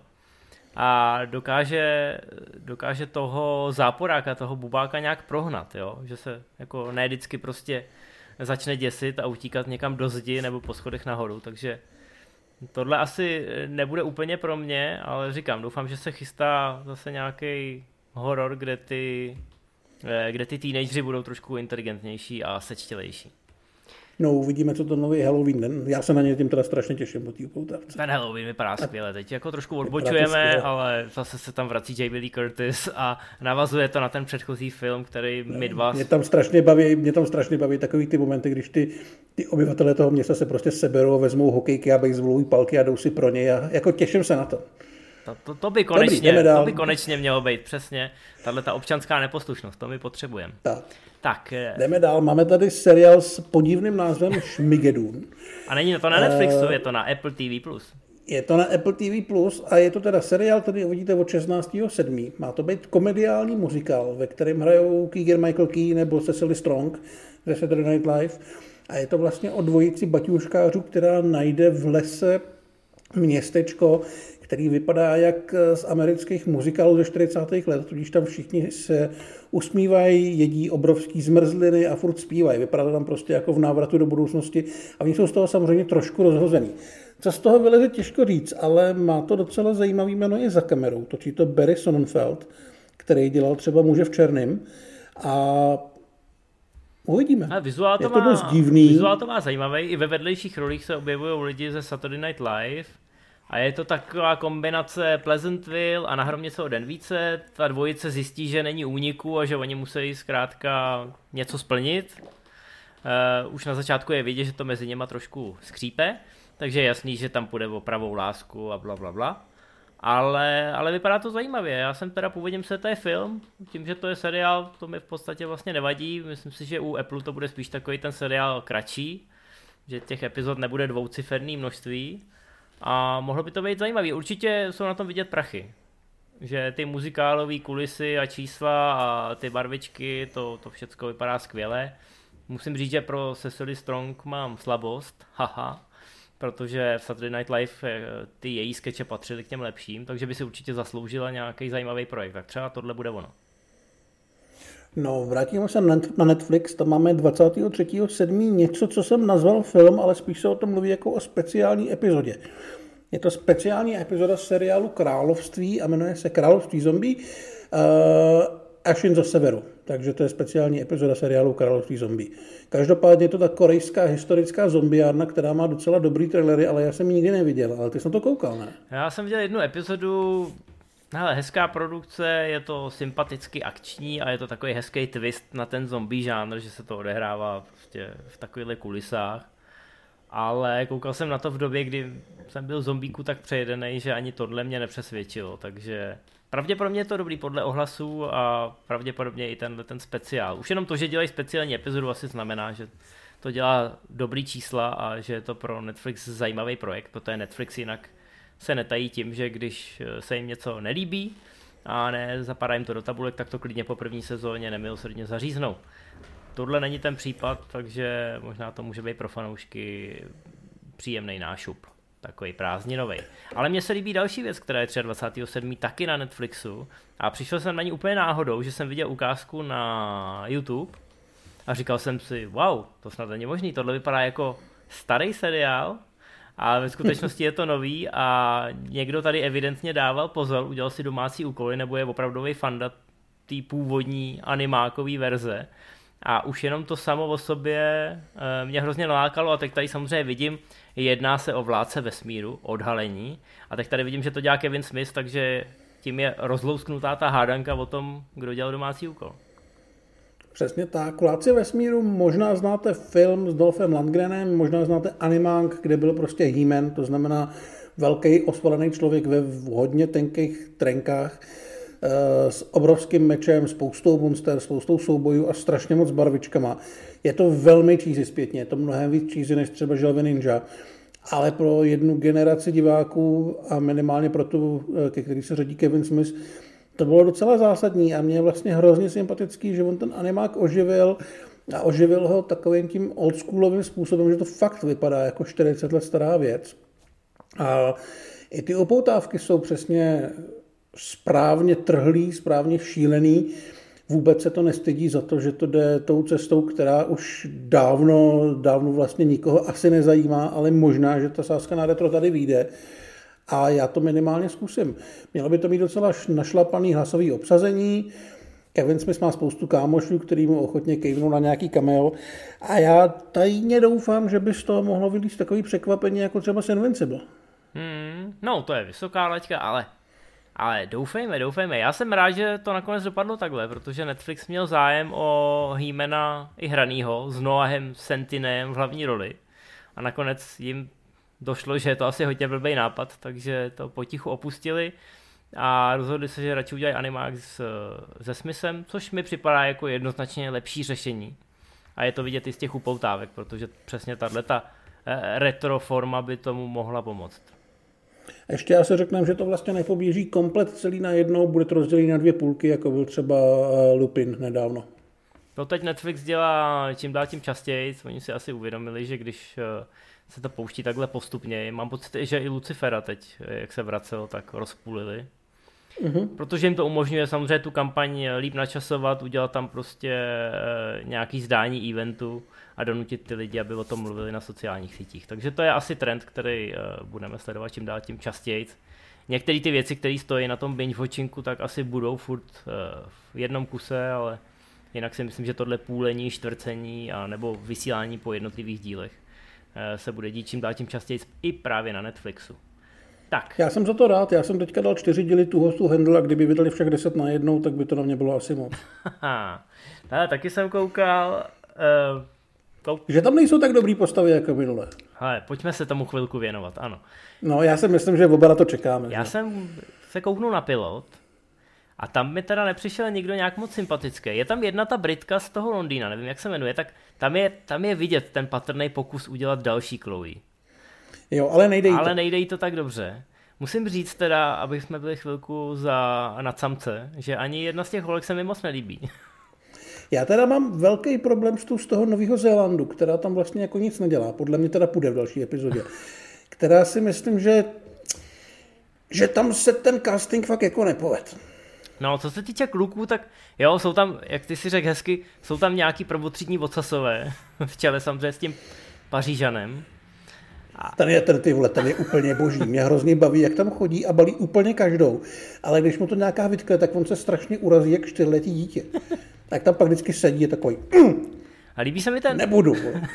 a dokáže, dokáže toho záporáka, toho bubáka nějak prohnat, jo? Že se jako ne vždycky prostě začne děsit a utíkat někam do zdi nebo po schodech nahoru, takže tohle asi nebude úplně pro mě, ale říkám, doufám, že se chystá zase nějaký horor, kde ty, kde ty teenageři budou trošku inteligentnější a sečtělejší. No, uvidíme, co to nový Halloween den. Já se na ně tím teda strašně těším po té upoutávce. Ten Halloween vypadá skvěle. Teď jako trošku odbočujeme, ale zase se tam vrací Jamie Lee Curtis a navazuje to na ten předchozí film, který no, my dva... Mě tam strašně baví, mě tam strašně baví takový ty momenty, když ty, ty obyvatelé toho města se prostě seberou, vezmou hokejky a baseballový palky a jdou si pro něj a jako těším se na to. To, to, to, by konečně, Dobrý, to by konečně mělo být, přesně. Tahle ta občanská neposlušnost, to my potřebujeme. Tak. Tak. Jdeme dál, máme tady seriál s podivným názvem Šmigedůn. A není to na Netflixu, uh, je to na Apple T V plus. Je to na Apple T V plus a je to teda seriál, který uvidíte od šestnáctého sedmého Má to být komediální muzikál, ve kterém hrajou Keegan Michael Key nebo Cecily Strong ze Saturday Night Live. A je to vlastně o dvojici baťuškářů, která najde v lese městečko, který vypadá jak z amerických muzikálů ze čtyřicátých let, tudíž tam všichni se usmívají, jedí obrovský zmrzliny a furt zpívají. Vypadá to tam prostě jako v návratu do budoucnosti a oni jsou z toho samozřejmě trošku rozhozený. Co z toho vyleze, těžko říct, ale má to docela zajímavý jméno i za kamerou. Točí to Barry Sonnenfeld, který dělal třeba Muže v černém a uvidíme. A vizuál to, je to má, dost divný. Vizuál to má zajímavý, i ve vedlejších rolích se objevují lidi ze Saturday Night Live. A je to taková kombinace Pleasantville a nahrom něco o den více. Ta dvojice zjistí, že není úniku a že oni musí zkrátka něco splnit. Uh, už na začátku je vidět, že to mezi něma trošku skřípe, takže je jasný, že tam půjde o pravou lásku a bla bla bla. Ale, ale vypadá to zajímavě. Já jsem teda původně myslel, že to je film, tím, že to je seriál, to mi v podstatě vlastně nevadí. Myslím si, že u Apple to bude spíš takový ten seriál kratší, že těch epizod nebude dvouciferný množství. A mohlo by to být zajímavý. Určitě jsou na tom vidět prachy. Že ty muzikálové kulisy a čísla a ty barvičky, to, to všechno vypadá skvěle. Musím říct, že pro Cecily Strong mám slabost, haha, protože v Saturday Night Live ty její skeče patřily k těm lepším, takže by si určitě zasloužila nějaký zajímavý projekt. Tak třeba tohle bude ono. No, vrátíme se na Netflix, tam máme dvacátého třetího sedmého něco, co jsem nazval film, ale spíš se o tom mluví jako o speciální epizodě. Je to speciální epizoda seriálu Království a jmenuje se Království zombie uh, Ashin za severu. Takže to je speciální epizoda seriálu Království zombie. Každopádně je to ta korejská historická zombiárna, která má docela dobrý trailery, ale já jsem ji nikdy neviděl, ale ty jsi na to koukal, ne? Já jsem viděl jednu epizodu. Hele, hezká produkce, je to sympaticky akční a je to takový hezký twist na ten zombie žánr, že se to odehrává prostě v takovýchhle kulisách. Ale koukal jsem na to v době, kdy jsem byl zombíku tak přejedenej, že ani tohle mě nepřesvědčilo, takže pravděpodobně je to dobrý podle ohlasů a pravděpodobně i tenhle ten speciál. Už jenom to, že dělají speciální epizodu, asi znamená, že to dělá dobrý čísla a že je to pro Netflix zajímavý projekt, protože Netflix jinak se netají tím, že když se jim něco nelíbí a ne zapadá jim to do tabulek, tak to klidně po první sezóně nemilosrdně zaříznou. Tohle není ten případ, takže možná to může být pro fanoušky příjemný nášup, takový prázdninový. Ale mně se líbí další věc, která je dvacátého třetího sedmého taky na Netflixu a přišel jsem na ní úplně náhodou, že jsem viděl ukázku na YouTube a říkal jsem si, wow, to snad není možný, tohle vypadá jako starý seriál, a ve skutečnosti je to nový a někdo tady evidentně dával pozor, udělal si domácí úkoly nebo je opravdový fanda té původní animákové verze. A už jenom to samo o sobě mě hrozně nalákalo a teď tady samozřejmě vidím, jedná se o Vládce vesmíru, odhalení. A teď tady vidím, že to dělá Kevin Smith, takže tím je rozlousknutá ta hádanka o tom, kdo dělal domácí úkol. Přesně tak. Vládce vesmíru, možná znáte film s Dolphem Lundgrenem, možná znáte animák, kde byl prostě He-Man, to znamená velký osvalený člověk ve hodně tenkých trenkách, s obrovským mečem, spoustou monster, spoustou soubojů a strašně moc barvičkama. Je to velmi cheesy zpětně, je to mnohem víc cheesy než třeba Želvy Ninja, ale pro jednu generaci diváků a minimálně pro tu, ke který se řadí Kevin Smith, to bylo docela zásadní a mě je vlastně hrozně sympatický, že on ten animák oživil a oživil ho takovým tím oldschoolovým způsobem, že to fakt vypadá jako čtyřicet let stará věc. A i ty upoutávky jsou přesně správně trhlý, správně šílený. Vůbec se to nestydí za to, že to jde tou cestou, která už dávno, dávno vlastně nikoho asi nezajímá, ale možná, že ta sázka na retro tady vyjde. A já to minimálně zkusím. Mělo by to být docela našlapaný hlasový obsazení. Kevin Smith má spoustu kámošů, který mu ochotně kejvnou na nějaký cameo. A já tajně doufám, že by z toho mohlo vylít takový překvapení, jako třeba s Invincible. Hmm, no, to je vysoká laťka, ale, ale doufejme, doufejme. Já jsem rád, že to nakonec dopadlo takhle, protože Netflix měl zájem o He-Mana i hranýho s Noahem Centinem v hlavní roli. A nakonec jim došlo, že je to asi hodně blbý nápad, takže to potichu opustili a rozhodli se, že radši udělají animák s, se Smithem, což mi připadá jako jednoznačně lepší řešení. A je to vidět i z těch upoutávek, protože přesně tato retro forma by tomu mohla pomoct. Ještě já se řekneme, že to vlastně nepoběží komplet celý najednou, bude to rozdělení na dvě půlky, jako byl třeba Lupin nedávno. To teď Netflix dělá čím dál tím častěji, oni si asi uvědomili, že když se to pouští takhle postupně. Mám pocit, že i Lucifera teď, jak se vracel, tak rozpůlili. Mm-hmm. Protože jim to umožňuje samozřejmě tu kampaň líp načasovat, udělat tam prostě nějaký zdání eventu a donutit ty lidi, aby o tom mluvili na sociálních sítích. Takže to je asi trend, který budeme sledovat čím dál tím častěji. Některé ty věci, které stojí na tom binge-watchingu, tak asi budou furt v jednom kuse, ale jinak si myslím, že tohle půlení, čtvrcení a nebo vysílání po jednotlivých dílech se bude dít čím dál tím častěji i právě na Netflixu. Tak. Já jsem za to rád, já jsem teďka dal čtyři díly tu hostu Handle a kdyby vydali však deset na jednou, tak by to na mě bylo asi moc. Ale taky jsem koukal. Uh, kouk... Že tam nejsou tak dobrý postavy jako minule. Hele, pojďme se tomu chvilku věnovat, ano. No já si myslím, že oba na to čekáme. Já že? jsem se kouknul na pilot a tam mi teda nepřišel nikdo nějak moc sympatický. Je tam jedna ta Britka z toho Londýna, nevím jak se jmenuje, tak tam je, tam je vidět ten patrný pokus udělat další Chloe. Jo, ale nejde jí to. Ale nejde jí to tak dobře. Musím říct teda, aby jsme byli chvilku za nad samce, že ani jedna z těch holek se mi moc nelíbí. Já teda mám velký problém s tou z toho Nového Zélandu, která tam vlastně jako nic nedělá. Podle mě teda půjde v další epizodě. Která si myslím, že že tam se ten casting fakt jako nepoved. No, co se týče kluků, tak jo, jsou tam, jak ty si řekl hezky, jsou tam nějaký prvotřídní vocasové v čele samozřejmě s tím Pařížanem. A... Ten je ten ty vole, ten je úplně boží. Mě hrozně baví, jak tam chodí a balí úplně každou. Ale když mu to nějaká vytkne, tak on se strašně urazí jak čtyřletý dítě. Tak tam pak vždycky sedí, je takový... Mm, a líbí se mi ten... Nebudu.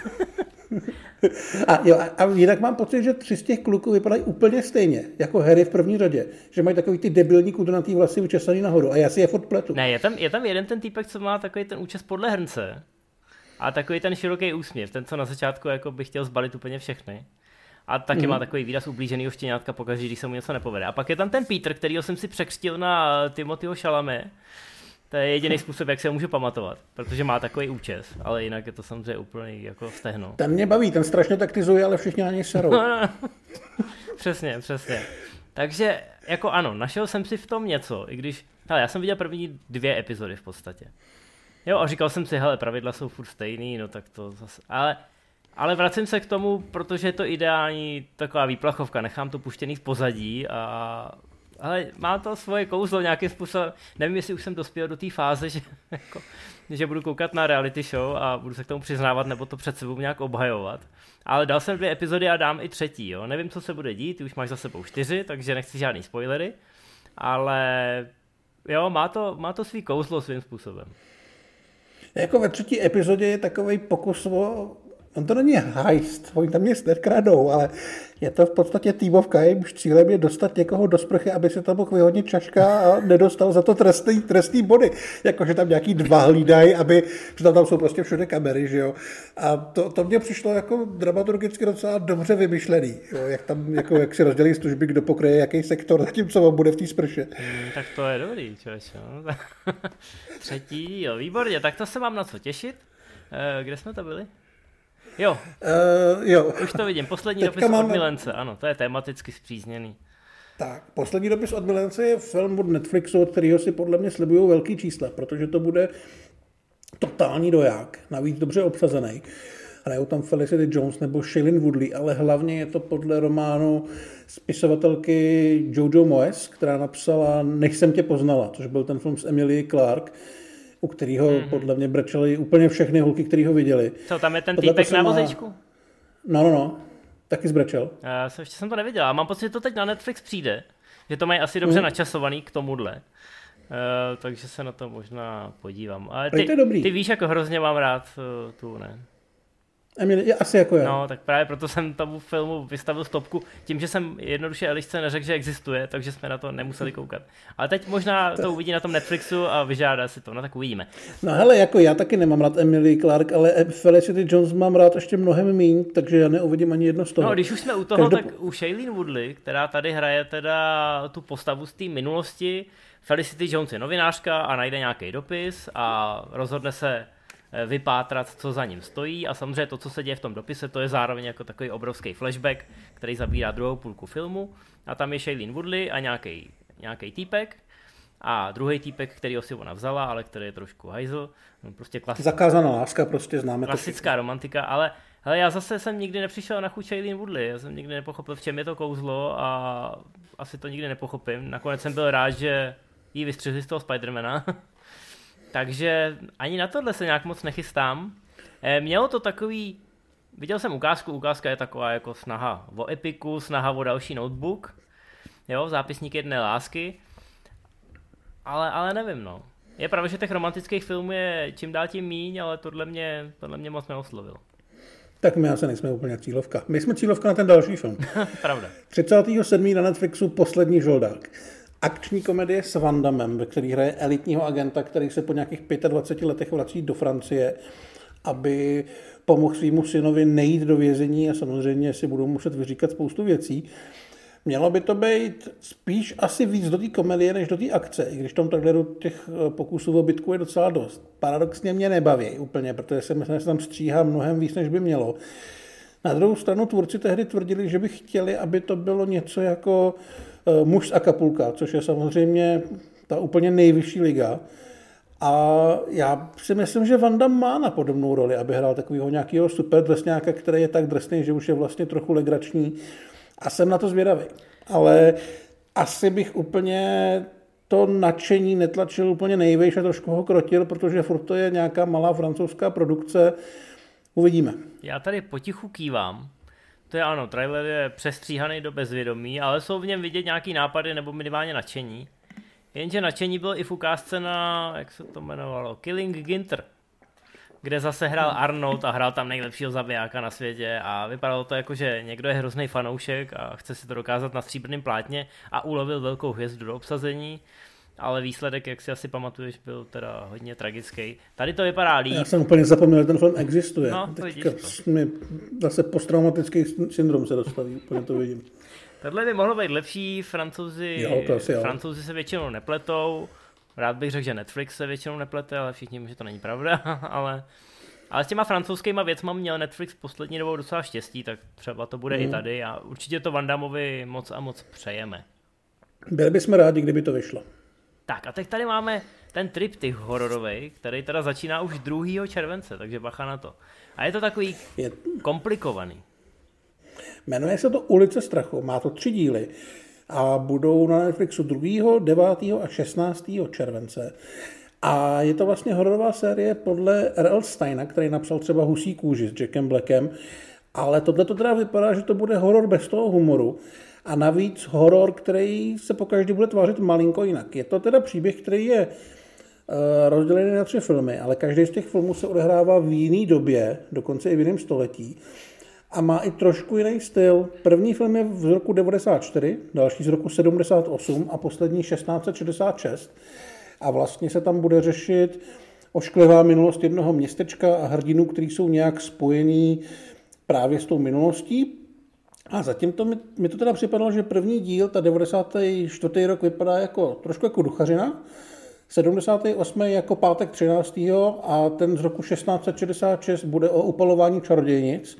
A, jo, a jinak mám pocit, že tři z těch kluků vypadají úplně stejně, jako Harry v první řadě. Že mají takový ty debilní kudrnatý vlasy vyčesaný nahoru. A já si je furt pletu. Ne, je tam, je tam jeden ten týpek, co má takový ten účes podle hrnce. A takový ten široký úsměv. Ten, co na začátku jako by chtěl zbalit úplně všechny. A taky mm. má takový výraz ublíženýho štěňátka pokaždé, když se mu něco nepovede. A pak je tam ten Peter, kterýho jsem si překřtil na Timothyho Chalamet. To je jediný způsob, jak se ho můžu pamatovat, protože má takový účes, ale jinak je to samozřejmě úplný jako stehno. Ten mě baví, ten strašně taktizuje, ale všichni na něj serou. Přesně, přesně. Takže jako ano, našel jsem si v tom něco, i když, hele, já jsem viděl první dvě epizody v podstatě. Jo, a říkal jsem si, hele, pravidla jsou furt stejný, no tak to zase, ale, ale vracím se k tomu, protože je to ideální taková výplachovka, nechám to puštěný v pozadí a, ale má to svoje kouzlo nějakým způsobem, nevím, jestli už jsem dospěl do té fáze, že, jako, že budu koukat na reality show a budu se k tomu přiznávat, nebo to před sebou nějak obhajovat. Ale dal jsem dvě epizody a dám i třetí, jo. Nevím, co se bude dít, ty už máš za sebou čtyři, takže nechci žádný spoilery, ale jo, má to, má to svý kouzlo svým způsobem. Jako ve třetí epizodě je takovej pokus o... On to není heist, oni tam nic nekradou, ale je to v podstatě týmovka, jejímž cílem je dostat někoho do sprchy, aby se tam mohl vyhodnit čaška a nedostal za to trestný, trestný body. Jakože tam nějaký dva hlídají, aby, že tam, tam jsou prostě všude kamery, že jo. A to, to mně přišlo jako dramaturgicky docela dobře vymyšlený, jo? Jak tam, jako, jak si rozdělí služby, kdo pokryje jaký sektor, zatímco on bude v té sprše. Hmm, tak to je dobrý, člověče. No. Třetí, jo, výborně, tak to se mám na co těšit. E, kde jsme to byli? Jo. Uh, jo. Už to vidím. Poslední Teďka dopis mám... od Milence. Ano, to je tematicky zpřízněný. Tak, poslední dopis od Milence je film od Netflixu, od kterého si podle mě slibují velký čísla, protože to bude totální doják, navíc dobře obsazený. Hrajou tam Felicity Jones nebo Shailene Woodley, ale hlavně je to podle románu spisovatelky Jojo Moyes, která napsala Než jsem tě poznala, což byl ten film s Emilie Clarke, u kterého mm-hmm. podle mě brečeli úplně všechny holky, který ho viděli. Co, tam je ten týpek na vozíčku? Má... No, no, no. Taky zbrečel. Já jsem, ještě jsem to neviděl. A mám pocit, že to teď na Netflix přijde. Že to mají asi dobře mm. načasovaný k tomuhle. Uh, takže se na to možná podívám. Ale ty, to je dobrý. Ty víš, jako hrozně mám rád uh, tu, ne? Emilie, asi jako já. No, tak právě proto jsem tomu filmu vystavil stopku, tím, že jsem jednoduše Elišce neřekl, že existuje, takže jsme na to nemuseli koukat. Ale teď možná to uvidí na tom Netflixu a vyžádá si to, no tak uvidíme. No hele, jako já taky nemám rád Emilie Clarke, ale Felicity Jones mám rád ještě mnohem míň, takže já neuvidím ani jedno z toho. No, když už jsme u toho, Každop... tak u Shailene Woodley, která tady hraje teda tu postavu z té minulosti, Felicity Jones je novinářka a najde nějaký dopis a rozhodne se vypátrat, co za ním stojí a samozřejmě to, co se děje v tom dopise, to je zároveň jako takový obrovský flashback, který zabírá druhou půlku filmu a tam je Shailene Woodley a nějaký, nějaký týpek a druhý týpek, kterýho si ona vzala, ale který je trošku hajzl, prostě klasická. Zakázaná láska, prostě známe klasická to romantika, ale hele, já zase jsem nikdy nepřišel na chuť Shailene Woodley, já jsem nikdy nepochopil, v čem je to kouzlo a asi to nikdy nepochopím. Nakonec jsem byl rád, že jí vystřihli z toho Spidermana. Takže ani na tohle se nějak moc nechystám. E, mělo to takový, viděl jsem ukázku, ukázka je taková jako snaha o epiku, snaha o další notebook, jo, zápisník jedné lásky, ale, ale nevím, no. Je pravda, že těch romantických filmů je čím dál tím míň, ale tohle mě, tohle mě moc neoslovilo. Tak my asi nejsme úplně cílovka. My jsme cílovka na ten další film. Pravda. třicátého sedmého na Netflixu Poslední žoldák. Akční komedie s Van Dammem, ve který hraje elitního agenta, který se po nějakých dvaceti pěti letech vrací do Francie, aby pomohl svýmu synovi nejít do vězení a samozřejmě si budou muset vyříkat spoustu věcí. Mělo by to být spíš asi víc do té komedie, než do té akce, i když v tom traileru těch pokusů o bitku je docela dost. Paradoxně mě nebaví úplně, protože se myslím, že se tam stříhá mnohem víc, než by mělo. Na druhou stranu tvůrci tehdy tvrdili, že by chtěli, aby to bylo něco jako Muž z Acapulca, což je samozřejmě ta úplně nejvyšší liga. A já si myslím, že Van Damme má na podobnou roli, aby hrál takového nějakého super drsňáka, který je tak drsný, že už je vlastně trochu legrační. A jsem na to zvědavý. Ale asi bych úplně to nadšení netlačil úplně nejvejš a trošku ho krotil, protože furt to je nějaká malá francouzská produkce. Uvidíme. Já tady potichu kývám. To je ano, trailer je přestříhaný do bezvědomí, ale jsou v něm vidět nějaký nápady nebo minimálně nadšení. Jenže nadšení byl i v ukázce na, jak se to jmenovalo, Killing Ginter, kde zase hrál Arnold a hrál tam nejlepšího zabijáka na světě a vypadalo to jako, že někdo je hrozný fanoušek a chce si to dokázat na stříbrném plátně a ulovil velkou hvězdu do obsazení, ale výsledek, jak si asi pamatuješ, byl teda hodně tragický. Tady to vypadá líp. Já jsem úplně zapomněl, že ten film existuje. No, to Teďka mi zase posttraumatický syndrom se dostaví, úplně to vidím. Tohle by mohlo být lepší, Francouzi, jo, asi, Francouzi se většinou nepletou, Rád bych řekl, že Netflix se většinou neplete, ale všichni vím, že to není pravda, ale, ale s těma francouzskýma věcma měl Netflix poslední dobou docela štěstí, tak třeba to bude mm. i tady a určitě to Van Dammovi moc a moc přejeme. Byli bychom rádi, kdyby to vyšlo. Tak a teď tady máme ten triptych hororovej, který teda začíná už druhého července, takže bacha na to. A je to takový je... komplikovaný. Jmenuje se to Ulice strachu, má to tři díly a budou na Netflixu druhého, devátého a šestnáctého července. A je to vlastně hororová série podle R L. Steina, který napsal třeba Husí kůži s Jackem Blackem, ale tohle to teda vypadá, že to bude horor bez toho humoru a navíc horor, který se pokaždý bude tvářit malinko jinak. Je to teda příběh, který je rozdělený na tři filmy, ale každý z těch filmů se odehrává v jiné době, dokonce i v jiném století. A má i trošku jiný styl. První film je z roku devadesát čtyři, další z roku sedmdesát osm a poslední šestnáct set šedesát šest. A vlastně se tam bude řešit ošklivá minulost jednoho městečka a hrdinů, kteří jsou nějak spojení právě s tou minulostí. A zatím to mi, mi to teda připadalo, že první díl, ta devadesátý čtvrtý rok, vypadá jako trošku jako duchařina, sedmdesátý osmý jako pátek třináctého a ten z roku šestnáct set šedesát šest bude o upalování čarodějnic.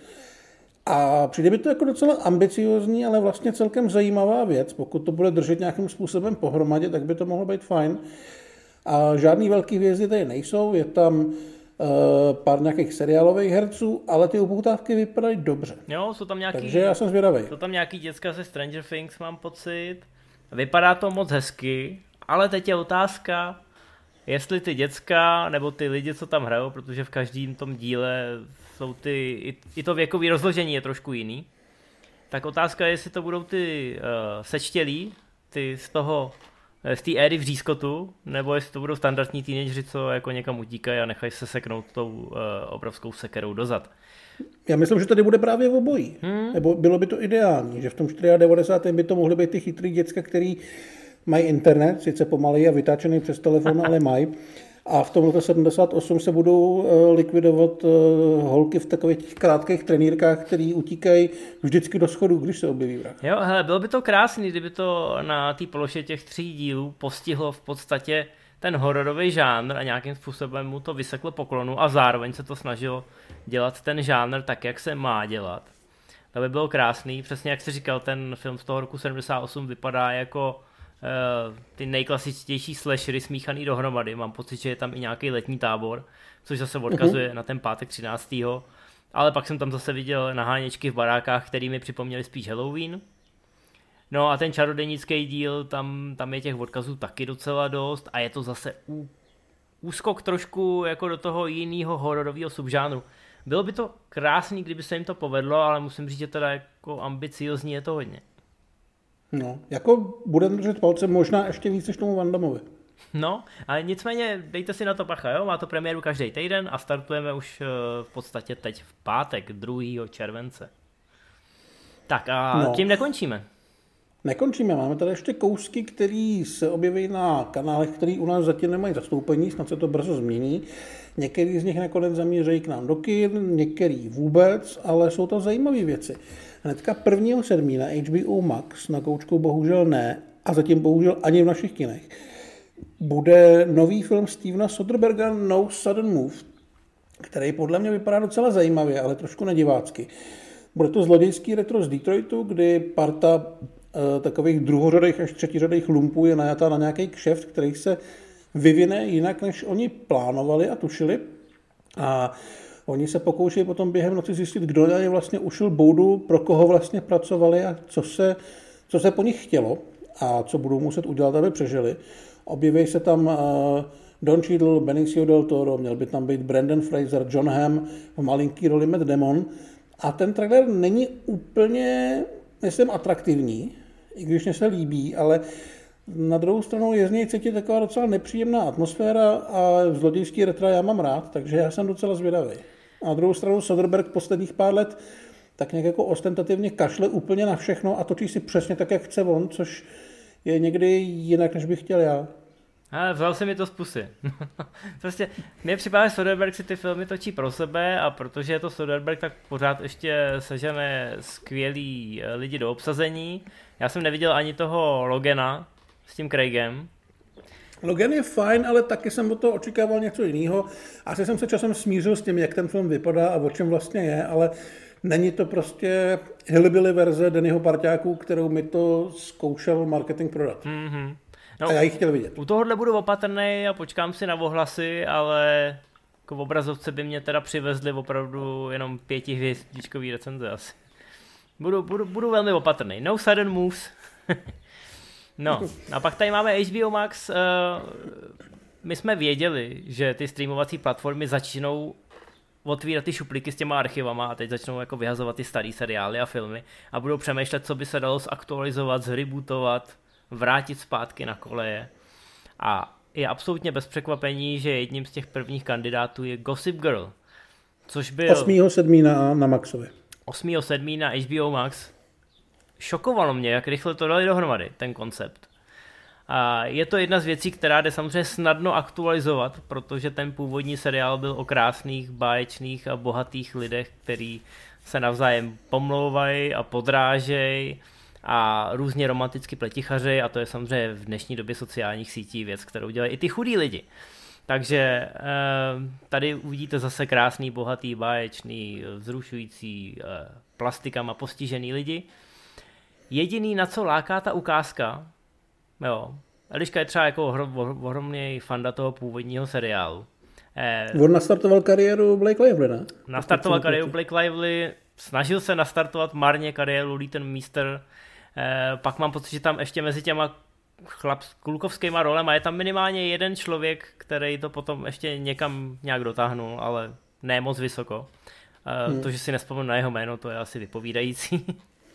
A přijde by to jako docela ambiciozní, ale vlastně celkem zajímavá věc. Pokud to bude držet nějakým způsobem pohromadě, tak by to mohlo být fajn. A žádný velký hvězdy tady nejsou, je tam uh, pár nějakých seriálových herců, ale ty upoutávky vypadají dobře. Jo, jsou tam nějaký, takže já jsem zvědavej. Jsou tam nějaký děcka ze Stranger Things, mám pocit. Vypadá to moc hezky, ale teď je otázka, jestli ty děcka nebo ty lidi, co tam hrajou, protože v každém tom díle jsou ty, i, i to věkové rozložení je trošku jiný. Tak otázka je, jestli to budou ty uh, sečtělí, ty z toho, z té éry vřízkotu, nebo jestli to budou standardní teenageři, co jako někam utíkají a nechají se seknout tou uh, obrovskou sekerou dozad. Já myslím, že tady bude právě v obojí. Hmm. Nebo bylo by to ideální, že v tom devadesátém čtvrtém by to mohly být ty chytrý děcka, který mají internet, sice pomalej a vytáčený přes telefon, ale mají. A v tomto sedmdesát osm se budou likvidovat holky v takových těch krátkých trenýrkách, který utíkají vždycky do schodů, když se objeví vrah. Jo, hele, bylo by to krásný, kdyby to na té pološe těch tří dílů postihlo v podstatě ten hororový žánr a nějakým způsobem mu to vyseklo poklonu a zároveň se to snažilo dělat ten žánr tak, jak se má dělat. To by bylo krásný, přesně jak jsi říkal, ten film z toho roku sedmdesát osm vypadá jako Uh, ty nejklasičtější slashery smíchaný dohromady. Mám pocit, že je tam i nějaký letní tábor, což zase odkazuje uh-huh. na ten pátek třináctého Ale pak jsem tam zase viděl naháněčky v barákách, který mi připomněly spíš Halloween. No a ten čarodějnický díl, tam, tam je těch odkazů taky docela dost a je to zase ú, úskok trošku jako do toho jiného hororového subžánru. Bylo by to krásný, kdyby se jim to povedlo, ale musím říct, že teda jako ambiciozní je to hodně. No, jako budeme držet palce možná ještě víc než tomu Van Dammovi. No, ale nicméně dejte si na to pacha, jo? Má to premiéru každý týden a startujeme už v podstatě teď v pátek, druhého července. Tak a no. Tím nekončíme. Nekončíme, máme tady ještě kousky, které se objeví na kanálech, které u nás zatím nemají zastoupení, snad se to brzo změní. Některý z nich nakonec zamířejí k nám do kin, některý vůbec, ale jsou to zajímavé věci. Hnedka prvního sedmého na H B O Max, na koučku bohužel ne, a zatím bohužel ani v našich kinech, bude nový film Stevena Soderberga No Sudden Move, který podle mě vypadá docela zajímavě, ale trošku nedivácky. Bude to zlodějský retro z Detroitu, kdy parta e, takových druhořadých až třetiřadých lumpů je najatá na nějaký kšeft, který se vyvine jinak, než oni plánovali a tušili. A oni se pokoušejí potom během noci zjistit, kdo je vlastně ušil boudu, pro koho vlastně pracovali a co se, co se po nich chtělo a co budou muset udělat, aby přežili. Objeví se tam uh, Don Cheadle, Benicio del Toro, měl by tam být Brendan Fraser, John Hamm, v malinký roli Matt Damon. A ten trailer není úplně, myslím, atraktivní, i když mě se líbí, ale na druhou stranu je z něj cítit taková docela nepříjemná atmosféra a zlodějský retro já mám rád, takže já jsem docela zvědavý. A na druhou stranu Soderbergh posledních pár let tak nějak jako ostentativně kašle úplně na všechno a točí si přesně tak, jak chce on, což je někdy jinak, než bych chtěl já. Ale vzal se mi to z pusy. Prostě mně připadá, že Soderbergh si ty filmy točí pro sebe a protože je to Soderbergh, tak pořád ještě sežene skvělý lidi do obsazení. Já jsem neviděl ani toho Logana s tím Craigem. Logan je fajn, ale taky jsem od toho očekával něco jiného. Asi jsem se časem smířil s tím, jak ten film vypadá a o čem vlastně je, ale není to prostě hillbilly verze Dannyho parťáků, kterou mi to zkoušel marketing prodat. Mm-hmm. No, a já ji chtěl vidět. U tohohle budu opatrný a počkám si na ohlasy, ale jako v obrazovce by mě teda přivezli opravdu jenom pětihvězdičkový recenze asi. Budu, budu, budu velmi opatrný. No sudden moves. No, a pak tady máme H B O Max. Uh, my jsme věděli, že ty streamovací platformy začnou otvírat ty šuplíky s těma archivama a teď začnou jako vyhazovat ty starý seriály a filmy a budou přemýšlet, co by se dalo zaktualizovat, zrebootovat, vrátit zpátky na koleje. A je absolutně bez překvapení, že jedním z těch prvních kandidátů je Gossip Girl, což byl osmého sedmého na, na Maxovi. osmého sedmého na H B O Max. Šokovalo mě, jak rychle to dali dohromady, ten koncept. A je to jedna z věcí, která jde samozřejmě snadno aktualizovat, protože ten původní seriál byl o krásných, báječných a bohatých lidech, který se navzájem pomlouvají a podrážejí a různě romanticky pletichaři, a to je samozřejmě v dnešní době sociálních sítí věc, kterou dělají i ty chudí lidi. Takže tady uvidíte zase krásný, bohatý, báječný, vzrušující, plastikama postižený lidi. Jediný, na co láká ta ukázka, jo, Eliška je třeba jako ohromný fanda toho původního seriálu. On nastartoval kariéru Blake Lively, ne? Nastartoval kariéru Blake Lively, snažil se nastartovat marně kariéru Leighton Meester, pak mám pocit, že tam ještě mezi těma chlap, klukovskýma rolema je tam minimálně jeden člověk, který to potom ještě někam nějak dotáhnul, ale ne moc vysoko. Hmm. To, že si nespomenu na jeho jméno, to je asi vypovídající.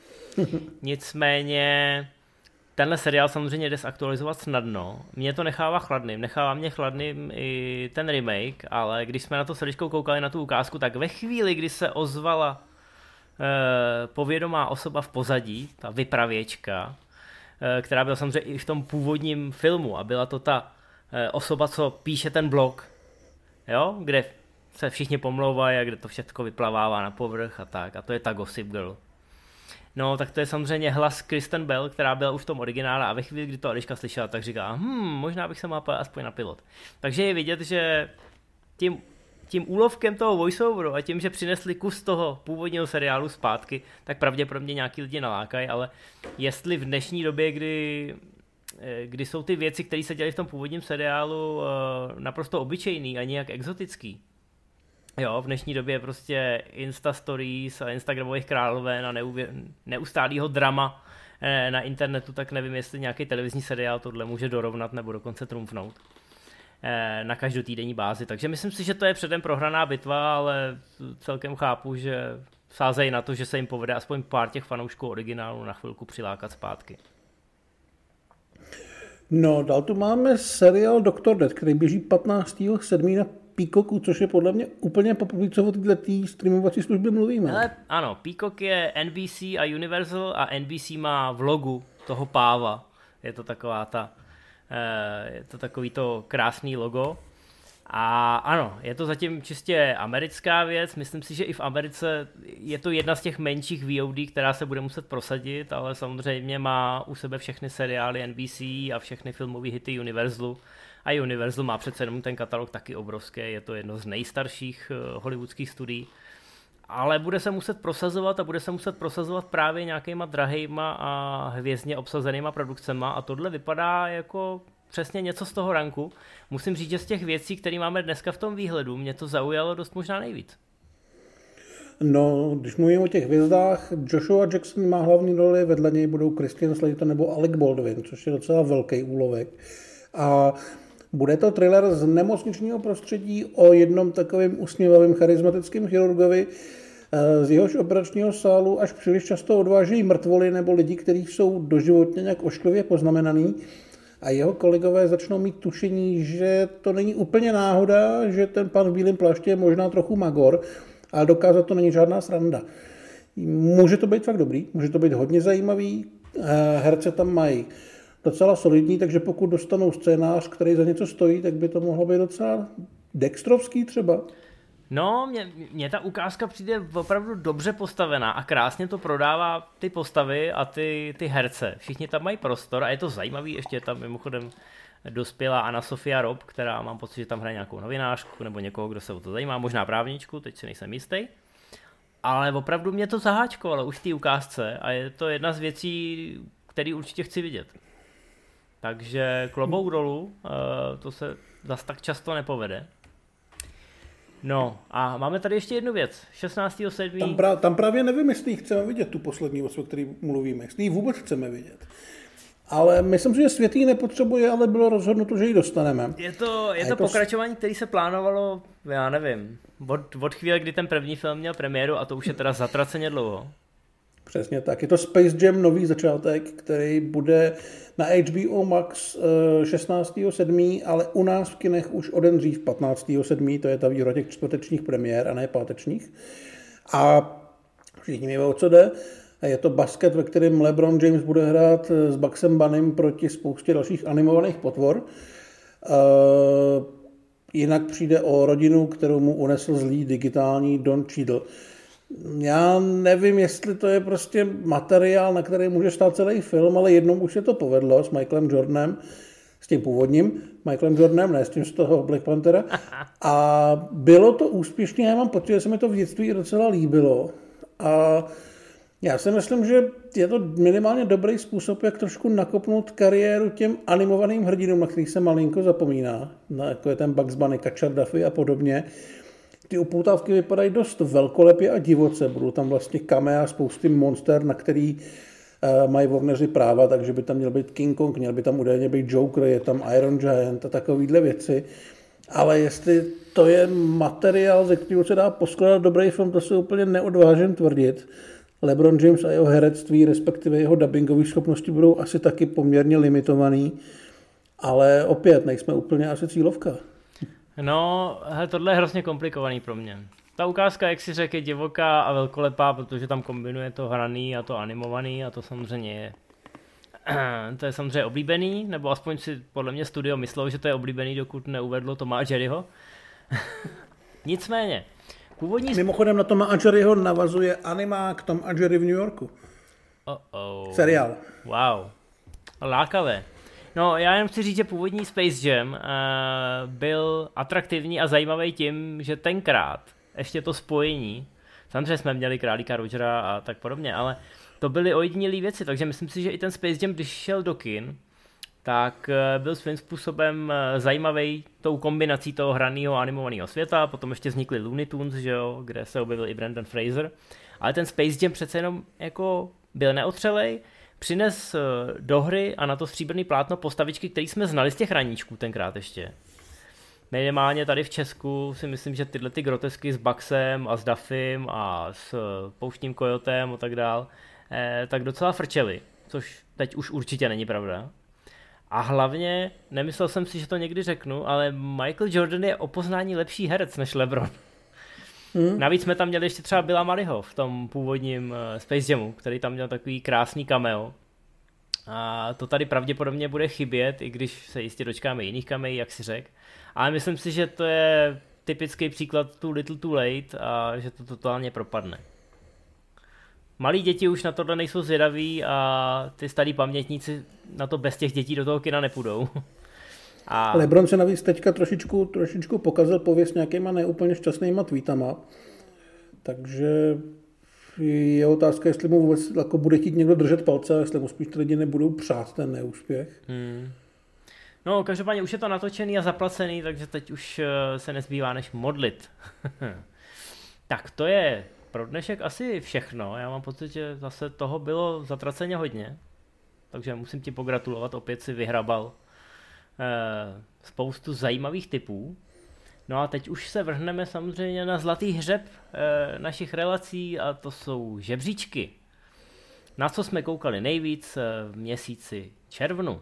Nicméně tenhle seriál samozřejmě jde zaktualizovat snadno. Mě to nechává chladným. Nechává mě chladným i ten remake, ale když jsme na to s Eliškou koukali na tu ukázku, tak ve chvíli, kdy se ozvala eh, povědomá osoba v pozadí, ta vypravěčka, eh, která byla samozřejmě i v tom původním filmu a byla to ta eh, osoba, co píše ten blog, jo, kde se všichni pomlouvají a kde to všechno vyplavává na povrch a tak. A to je ta Gossip Girl. No, tak to je samozřejmě hlas Kristen Bell, která byla už v tom originále a ve chvíli, kdy to Eliška slyšela, tak říká, hm, možná bych se mohla pojít aspoň na pilot. Takže je vidět, že tím, tím úlovkem toho voiceoveru a tím, že přinesli kus toho původního seriálu zpátky, tak pravděpodobně nějaký lidi nalákají, ale jestli v dnešní době, kdy, kdy jsou ty věci, které se dělají v tom původním seriálu naprosto obyčejný a nějak exotický, jo, v dnešní době prostě Insta Stories a Instagramových královen a neuvě- neustálýho drama eh, na internetu, tak nevím, jestli nějaký televizní seriál tohle může dorovnat nebo dokonce trumfnout eh, na každotýdenní bázi. Takže myslím si, že to je předem prohraná bitva, ale celkem chápu, že sázejí na to, že se jim povede aspoň pár těch fanoušků originálu na chvilku přilákat zpátky. No, dál tu máme seriál Doktor Death, který běží patnáctého sedmého na Peacocku, což je podle mě úplně poprvé, co o této streamovací službě mluvíme. Ale ano, Peacock je N B C a Universal a N B C má v logu toho páva. Je to taková ta, je to takový to krásný logo. A ano, je to zatím čistě americká věc, myslím si, že i v Americe je to jedna z těch menších V O D, která se bude muset prosadit, ale samozřejmě má u sebe všechny seriály N B C a všechny filmové hity Universalu. A Universal má přece jenom ten katalog taky obrovský, je to jedno z nejstarších uh, hollywoodských studií. Ale bude se muset prosazovat a bude se muset prosazovat právě nějakýma drahejma a hvězdně obsazenýma produkcema a tohle vypadá jako přesně něco z toho ranku. Musím říct, že z těch věcí, které máme dneska v tom výhledu, mě to zaujalo dost možná nejvíc. No, když mluvím o těch hvězdách, Joshua Jackson má hlavní roli, vedle něj budou Christian Slater nebo Alec Baldwin, což je docela velký úlovek. A bude to thriller z nemocničního prostředí o jednom takovém usměvavém charismatickém chirurgovi, z jehož operačního sálu až příliš často odvážejí mrtvoly nebo lidi, kteří jsou doživotně nějak ošklivě poznamenaný. A jeho kolegové začnou mít tušení, že to není úplně náhoda, že ten pan v bílém plášti je možná trochu magor, ale dokázat to není žádná sranda. Může to být fakt dobrý, může to být hodně zajímavý, herce tam mají docela solidní, takže pokud dostanou scénář, který za něco stojí, tak by to mohlo být docela dextrovský třeba. No, mně, mně ta ukázka přijde opravdu dobře postavená a krásně to prodává ty postavy a ty, ty herce. Všichni tam mají prostor a je to zajímavý, ještě je tam mimochodem dospělá Anna Sophia Robb, která mám pocit, že tam hraje nějakou novinářku nebo někoho, kdo se o to zajímá, možná právničku, teď si nejsem jistý. Ale opravdu mě to zaháčkovalo už v té ukázce a je to jedna z věcí, které určitě chci vidět. Takže klobouk dolů, to se zas tak často nepovede. No a máme tady ještě jednu věc. šestnáctého sedmého Tam, pra, tam právě nevím, jestli chceme vidět tu poslední věc, o které mluvíme. Jestli ji vůbec chceme vidět. Ale myslím si, že svět ji nepotřebuje, ale bylo rozhodnuto, že ji dostaneme. Je to, je to je pokračování, které se plánovalo, já nevím, od, od chvíle, kdy ten první film měl premiéru a to už je teda zatraceně dlouho. Přesně tak. Je to Space Jam nový začátek, který bude na H B O Max šestnáctého sedmého ale u nás v kinech už o den dřív patnáctého sedmého To je ta výhoda těch čtvrtečních premiér a ne pátečních. A všichni víme, o co jde. Je to basket, ve kterém LeBron James bude hrát s Bugsem Bunnym proti spoustě dalších animovaných potvor. Jinak přijde o rodinu, kterou mu unesl zlý digitální Don Cheadle. Já nevím, jestli to je prostě materiál, na který může stát celý film, ale jednou už se to povedlo s Michaelem Jordanem, s tím původním Michaelem Jordanem, ne s tím z toho Black Panthera. A bylo to úspěšné, já mám pocit, že se mi to v dětství docela líbilo. A já si myslím, že je to minimálně dobrý způsob, jak trošku nakopnout kariéru těm animovaným hrdinům, na kterých se malinko zapomíná, jako je ten Bugs Bunny, Kačar Duffy a podobně. Ty upoutávky vypadají dost velkolepě a divoce. Budou tam vlastně kamea, spousty monster, na který uh, mají Warneri práva, takže by tam měl být King Kong, měl by tam údajně být Joker, je tam Iron Giant a takovýhle věci. Ale jestli to je materiál, ze kterého se dá poskládat dobrý film, to se úplně neodvážím tvrdit. LeBron James a jeho herectví, respektive jeho dubbingové schopnosti budou asi taky poměrně limitovaný, ale opět nejsme úplně asi cílovka. No, he, tohle je hrozně komplikovaný pro mě. Ta ukázka, jak si řekl, je divoká a velkolepá, protože tam kombinuje to hraný a to animovaný a to samozřejmě je to je samozřejmě oblíbený, nebo aspoň si podle mě studio myslelo, že to je oblíbený, dokud neuvedlo Toma a Jerryho. Nicméně, původní... Mimochodem na Toma a Jerryho navazuje animák Tom a Jerry v New Yorku. Oh-oh. Seriál. Wow. Lákavé. No, já jen chci říct, že původní Space Jam uh, byl atraktivní a zajímavý tím, že tenkrát ještě to spojení, samozřejmě jsme měli Králíka Rogera a tak podobně, ale to byly ojedinělé věci, takže myslím si, že i ten Space Jam, když šel do kin, tak uh, byl svým způsobem uh, zajímavý tou kombinací toho hraného animovaného světa, potom ještě vznikly Looney Tunes, že jo, kde se objevil i Brendan Fraser, ale ten Space Jam přece jenom jako byl neotřelej, přines do hry a na to stříbrný plátno postavičky, které jsme znali z těch raníčků tenkrát ještě. Minimálně tady v Česku si myslím, že tyhle ty grotesky s Bugsem a s Duffym a s pouštním kojotem a tak dál, eh, tak docela frčeli, což teď už určitě není pravda. A hlavně, nemyslel jsem si, že to někdy řeknu, ale Michael Jordan je o poznání lepší herec než LeBron. Hmm. Navíc jsme tam měli ještě třeba Billa Murrayho v tom původním Space Jamu, který tam měl takový krásný cameo. A to tady pravděpodobně bude chybět, i když se jistě dočkáme jiných cameí, jak si řek. Ale myslím si, že to je typický příklad too little too late a že to totálně propadne. Malí děti už na tohle nejsou zvědaví a ty starý pamětníci na to bez těch dětí do toho kina nepůjdou. A... LeBron se navíc teďka trošičku, trošičku pokazil pověst nějakýma neúplně šťastnýma tweetama, takže je otázka, jestli mu vůbec jako bude chtít někdo držet palce, jestli mu spíš ty lidi nebudou přát ten neúspěch. Hmm. No, každopádně už je to natočený a zaplacený, takže teď už se nezbývá než modlit. Tak to je pro dnešek asi všechno. Já mám pocit, že zase toho bylo zatraceně hodně, takže musím ti pogratulovat, opět si vyhrabal spoustu zajímavých typů. No a teď už se vrhneme samozřejmě na zlatý hřeb e, našich relací a to jsou žebříčky. Na co jsme koukali nejvíc v měsíci červnu?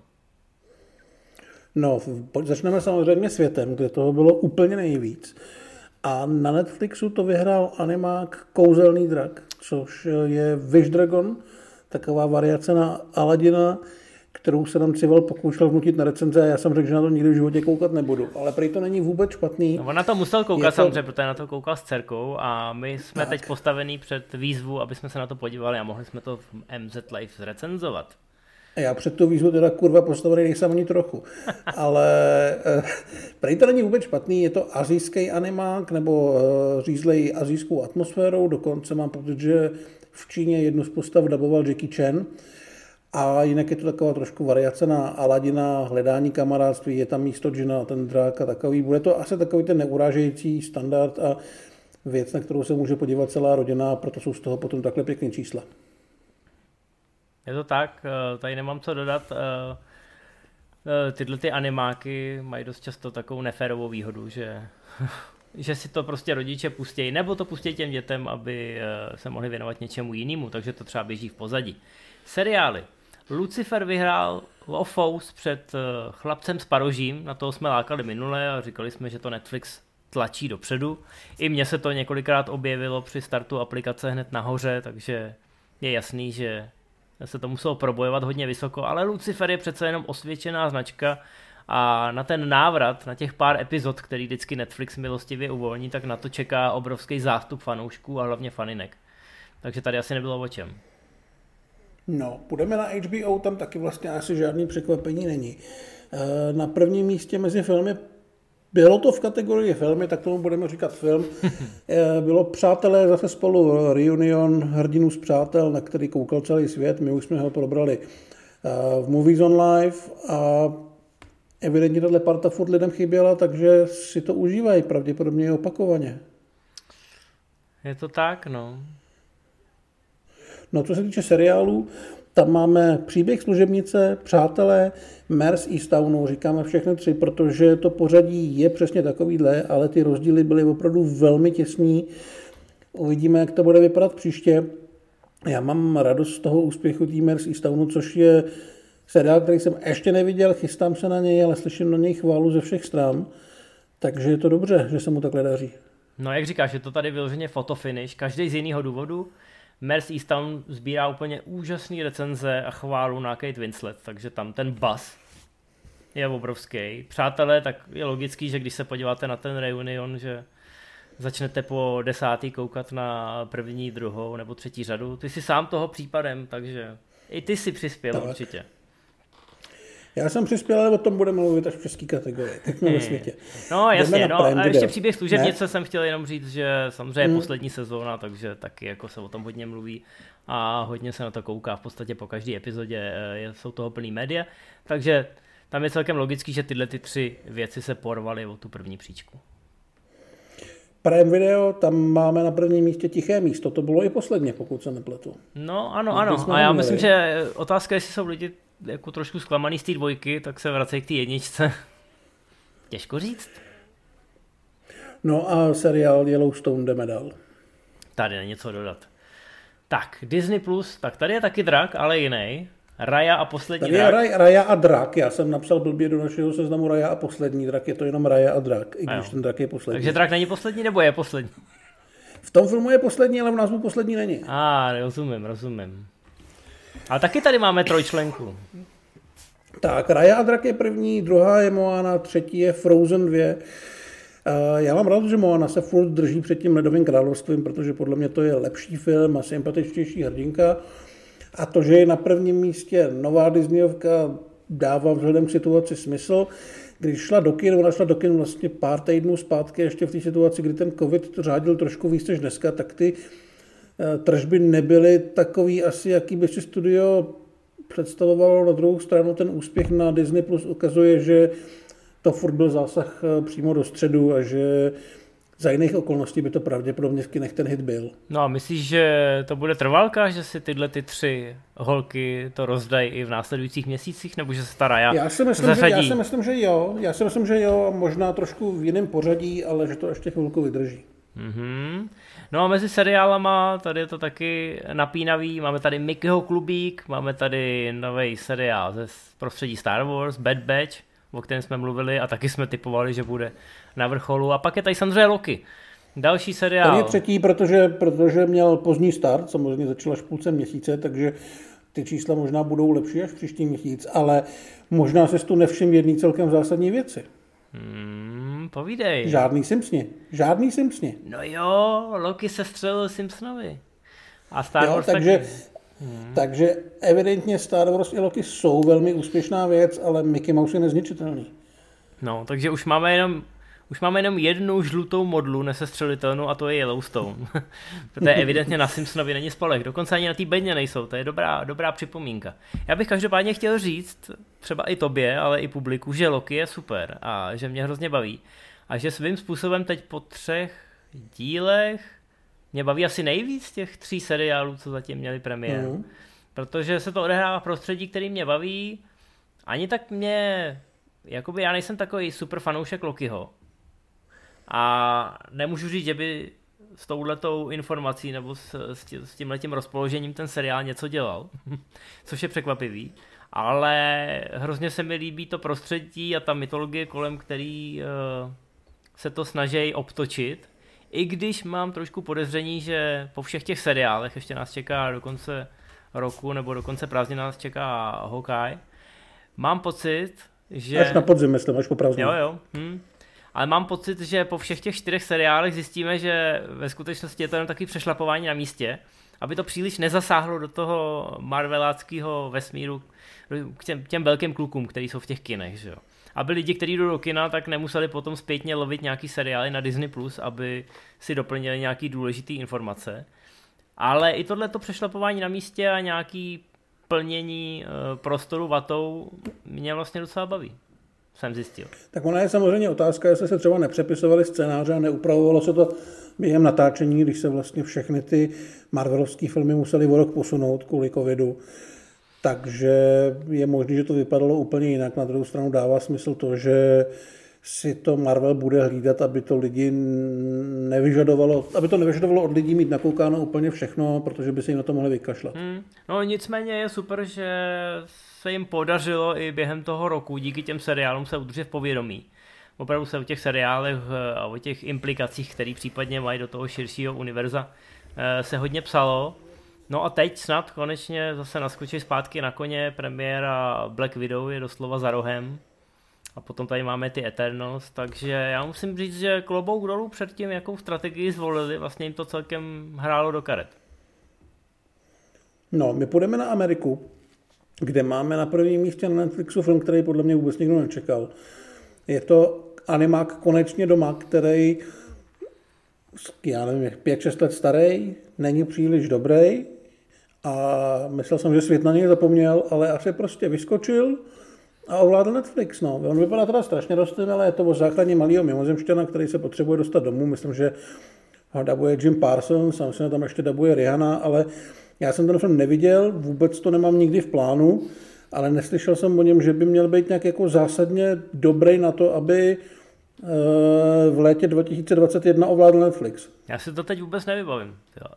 No, začneme samozřejmě světem, kde toho bylo úplně nejvíc. A na Netflixu to vyhrál animák Kouzelný drak, což je Wish Dragon, taková variace na Aladina, kterou se nám Cival pokoušel vnutit na recenze a já jsem řekl, že na to nikdy v životě koukat nebudu. Ale prý to není vůbec špatný. No, on na to musel koukat to... samozřejmě, protože na to koukal s dcerkou a my jsme tak. teď postavení před výzvu, aby jsme se na to podívali a mohli jsme to v M Z Live zrecenzovat. A já před tu výzvu teda kurva postavený nejsem ani trochu. Ale eh, prej to není vůbec špatný, je to asijský animák, nebo eh, řízlej asijskou atmosférou, dokonce mám pocit, že v Číně jednu z postav daboval Jackie Chan. A jinak je to taková trošku variace na Aladina, hledání kamarádství, je tam místo džina, ten drak a takový. Bude to asi takový ten neurážející standard a věc, na kterou se může podívat celá rodina, proto jsou z toho potom takhle pěkný čísla. Je to tak, tady nemám co dodat. Tyhle ty animáky mají dost často takovou neférovou výhodu, že, že si to prostě rodiče pustějí, nebo to pustějí těm dětem, aby se mohli věnovat něčemu jinému, takže to třeba běží v pozadí. Seriály. Lucifer vyhrál o fous před Chlapcem s parožím, na toho jsme lákali minule a říkali jsme, že to Netflix tlačí dopředu. I mně se to několikrát objevilo při startu aplikace hned nahoře, takže je jasný, že se to muselo probojovat hodně vysoko, ale Lucifer je přece jenom osvědčená značka a na ten návrat, na těch pár epizod, který vždycky Netflix milostivě uvolní, tak na to čeká obrovský zástup fanoušků a hlavně faninek. Takže tady asi nebylo o čem. No, půjdeme na H B O, tam taky vlastně asi žádný překvapení není. Na prvním místě mezi filmy, bylo to v kategorii filmy, tak tomu budeme říkat film, bylo Přátelé zase spolu, reunion hrdinů z Přátel, na který koukal celý svět, my už jsme ho probrali v Movies on Live a evidentně tato parta furt lidem chyběla, takže si to užívají, pravděpodobně opakovaně. Je to tak, no. No, co se týče seriálů, tam máme Příběh služebnice, Přátelé, Mare z Easttownu, říkáme všechny tři, protože to pořadí je přesně takovýhle, ale ty rozdíly byly opravdu velmi těsný. Uvidíme, jak to bude vypadat příště. Já mám radost z toho úspěchu tý Mare z Easttownu, což je seriál, který jsem ještě neviděl, chystám se na něj, ale slyším na něj chválu ze všech stran, takže je to dobře, že se mu takhle daří. No, jak říkáš, je to tady vyloženě fotofinish, každý z jiného důvodu. Mare z Easttown sbírá úplně úžasný recenze a chválu na Kate Winslet, takže tam ten buzz je obrovský. Přátelé, tak je logický, že když se podíváte na ten reunion, že začnete po desátý koukat na první, druhou nebo třetí řadu. Ty jsi sám toho případem, takže i ty si přispěl tak. Určitě. Já jsem přispěl, ale o tom budeme mluvit až v české kategorii. Tak jsme ve světě. No jasně, no a ještě Příběh služebnice jsem chtěl jenom říct, že samozřejmě je hmm. poslední sezóna, takže taky jako se o tom hodně mluví a hodně se na to kouká. V podstatě po každé epizodě jsou toho plný média, takže tam je celkem logický, že tyhle ty tři věci se porvaly o tu první příčku. Prime Video, tam máme na prvním místě Tiché místo, to bylo i posledně, pokud se nepletu. No ano, ano, a já myslím, že otázka, jestli jsou lidi jako trošku zklamaný z té dvojky, tak se vracejí k té jedničce. Těžko říct. No a seriál Yellowstone jdeme dál. Tady není co dodat. Tak, Disney Plus, tak tady je taky drak, ale jiný. Raya a poslední tady drak. Tady je Raya a drak, já jsem napsal blbě do našeho seznamu Raya a poslední drak, je to jenom Raya a drak, i když ten drak je poslední. Takže drak není poslední, nebo je poslední? V tom filmu je poslední, ale v názvu poslední není. A, ah, rozumím, rozumím. Ale taky tady máme trojčlenku. Tak, Raya a drak je první, druhá je Moana, třetí je Frozen dva. Já mám rád, že Moana se furt drží před tím Ledovým královstvím, protože podle mě to je lepší film a sympatičtější hrdinka. A to, že je na prvním místě nová Disneyovka, dává vzhledem k situaci smysl. Když šla do kin, ona šla do kin vlastně pár týdnů zpátky, ještě v té situaci, kdy ten covid to řádil trošku víc než dneska, tak ty tržby nebyly takový asi, jaký by si studio představovalo. Na druhou stranu ten úspěch na Disney Plus ukazuje, že to furt byl zásah přímo do středu a že za jiných okolností by to pravděpodobně v kinech ten hit byl. No a myslíš, že to bude trvalka, že si tyhle ty tři holky to rozdají i v následujících měsících, nebo že se ta Raya já si myslím, zařadí? Že, já si myslím, že jo. Já si myslím, že jo, možná trošku v jiném pořadí, ale že to ještě chvilku vydrží. Mm-hmm. No a mezi seriálama, tady je to taky napínavý, máme tady Mickeyho klubík, máme tady nový seriál ze prostředí Star Wars, Bad Batch, o kterém jsme mluvili a taky jsme typovali, že bude na vrcholu. A pak je tady samozřejmě Loki. Další seriál. Ten je třetí, protože, protože měl pozdní start, samozřejmě začal až v půlce měsíce, takže ty čísla možná budou lepší až příští měsíc, ale možná se tu nevšim jedný celkem zásadní věci. Hmm, povídej. Žádný Simpsoni. Žádný Simpsoni. No jo, Loki se střelil Simpsonovi. A Star jo, Wars takže, taky. Hmm. Takže evidentně Star Wars i Loki jsou velmi úspěšná věc, ale Mickey Mouse je nezničitelný. No, takže už máme jenom Už máme jenom jednu žlutou modlu nesestřelitelnou a to je Yellowstone. To je evidentně na Simpsonovi není spolek. Dokonce ani na té bedně nejsou. To je dobrá, dobrá připomínka. Já bych každopádně chtěl říct, třeba i tobě, ale i publiku, že Loki je super a že mě hrozně baví. A že svým způsobem teď po třech dílech mě baví asi nejvíc těch tří seriálů, co zatím měli premiéru. Mm. Protože se to odehrává v prostředí, který mě baví. Ani tak mě... Jakoby já nejsem takový super fanoušek Lokiho. A nemůžu říct, že by s touhletou informací nebo s, s tímhletím rozpoložením ten seriál něco dělal, což je překvapivý, ale hrozně se mi líbí to prostředí a ta mytologie, kolem který uh, se to snaží obtočit, i když mám trošku podezření, že po všech těch seriálech ještě nás čeká do konce roku nebo do konce prázdnin nás čeká Hawkeye, mám pocit, že... Až na podzim, myslím, až po prázdninách. Jo, jo. Hm. Ale mám pocit, že po všech těch čtyřech seriálech zjistíme, že ve skutečnosti je to jenom takový přešlapování na místě, aby to příliš nezasáhlo do toho marveláckého vesmíru k těm, těm velkým klukům, kteří jsou v těch kinech, že jo. Aby lidi, kteří jdou do kina, tak nemuseli potom zpětně lovit nějaký seriály na Disney plus, aby si doplnili nějaký důležitý informace. Ale i tohleto přešlapování na místě a nějaký plnění e, prostoru vatou mě vlastně docela baví. Jsem zjistil. Tak ona je samozřejmě otázka, jestli se třeba nepřepisovali scénáře a neupravovalo se to během natáčení, když se vlastně všechny ty marvelovské filmy museli o rok posunout kvůli covidu. Takže je možné, že to vypadalo úplně jinak. Na druhou stranu dává smysl to, že si to Marvel bude hlídat, aby to lidi nevyžadovalo, aby to nevyžadovalo od lidí mít nakoukáno úplně všechno, protože by se jim na to mohli vykašlat. Hmm. No nicméně je super, že se jim podařilo i během toho roku díky těm seriálům se udržet v povědomí. Opravdu se o těch seriálech a o těch implikacích, které případně mají do toho širšího univerza, se hodně psalo. No a teď snad konečně zase naskočí zpátky na koně, premiéra Black Widow je doslova za rohem. A potom tady máme ty Eternals, takže já musím říct, že klobouk dolů před tím, jakou strategii zvolili, vlastně jim to celkem hrálo do karet. No, my půjdeme na Ameriku, kde máme na prvním místě na Netflixu film, který podle mě vůbec nikdo nečekal. Je to animák Konečně doma, který, já nevím, pět šest let starý, není příliš dobrý a myslel jsem, že svět na něj zapomněl, ale asi prostě vyskočil a ovládl Netflix. No. On vypadá teda strašně rostlivě, ale je to o základně malýho mimozemšťana, který se potřebuje dostat domů. Myslím, že ho dabuje Jim Parsons, a myslím, že tam ještě dabuje Rihanna, ale já jsem ten film neviděl, vůbec to nemám nikdy v plánu, ale neslyšel jsem o něm, že by měl být nějak jako zásadně dobrý na to, aby v létě dva tisíce dvacet jedna ovládl Netflix. Já si to teď vůbec nevybavím. Jo.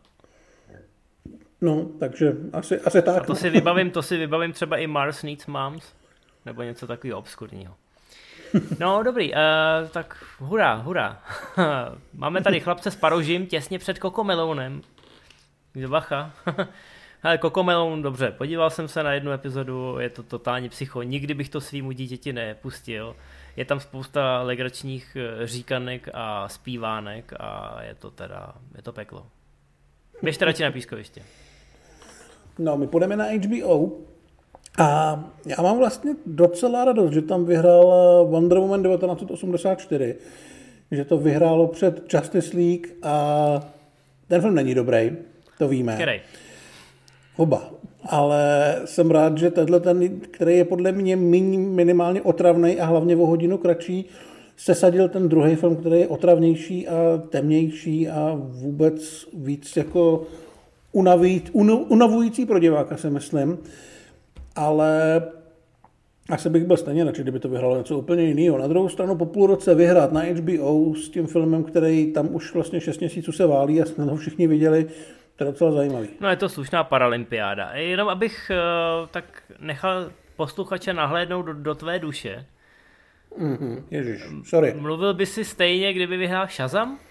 No, takže asi, asi tak. A to si vybavím, to si vybavím třeba i Mars Needs Moms, nebo něco takového obskurního. No dobrý, uh, tak hurá, hurá. Máme tady chlapce s parožím těsně před Cocomelonem. Bacha. Ale Cocomelon, dobře, podíval jsem se na jednu epizodu, je to totální psycho, nikdy bych to svýmu dítěti nepustil. Je tam spousta legračních říkanek a zpívánek a je to teda, je to peklo. Běžte radši na pískoviště. No, my půjdeme na H B O a já mám vlastně docela radost, že tam vyhrál Wonder Woman devatenáct osmdesát čtyři, že to vyhrálo před Justice League a ten film není dobrý, to víme. Který? Oba. Ale jsem rád, že tenhle ten, který je podle mě minimálně otravný a hlavně o hodinu kratší, sesadil ten druhý film, který je otravnější a temnější a vůbec víc jako unavující, unavující pro diváka, si myslím. Ale asi bych byl stejně radši, kdyby to vyhralo něco úplně jiného. Na druhou stranu po půl roce vyhrát na H B O s tím filmem, který tam už vlastně šest měsíců se válí a snad ho všichni viděli, to je docela zajímavý. No je to slušná paralympiáda. Jenom abych uh, tak nechal posluchače nahlédnout do, do tvé duše. Mm-hmm. Ježiš, sorry. Mluvil by si stejně, kdyby vyhrál Shazam?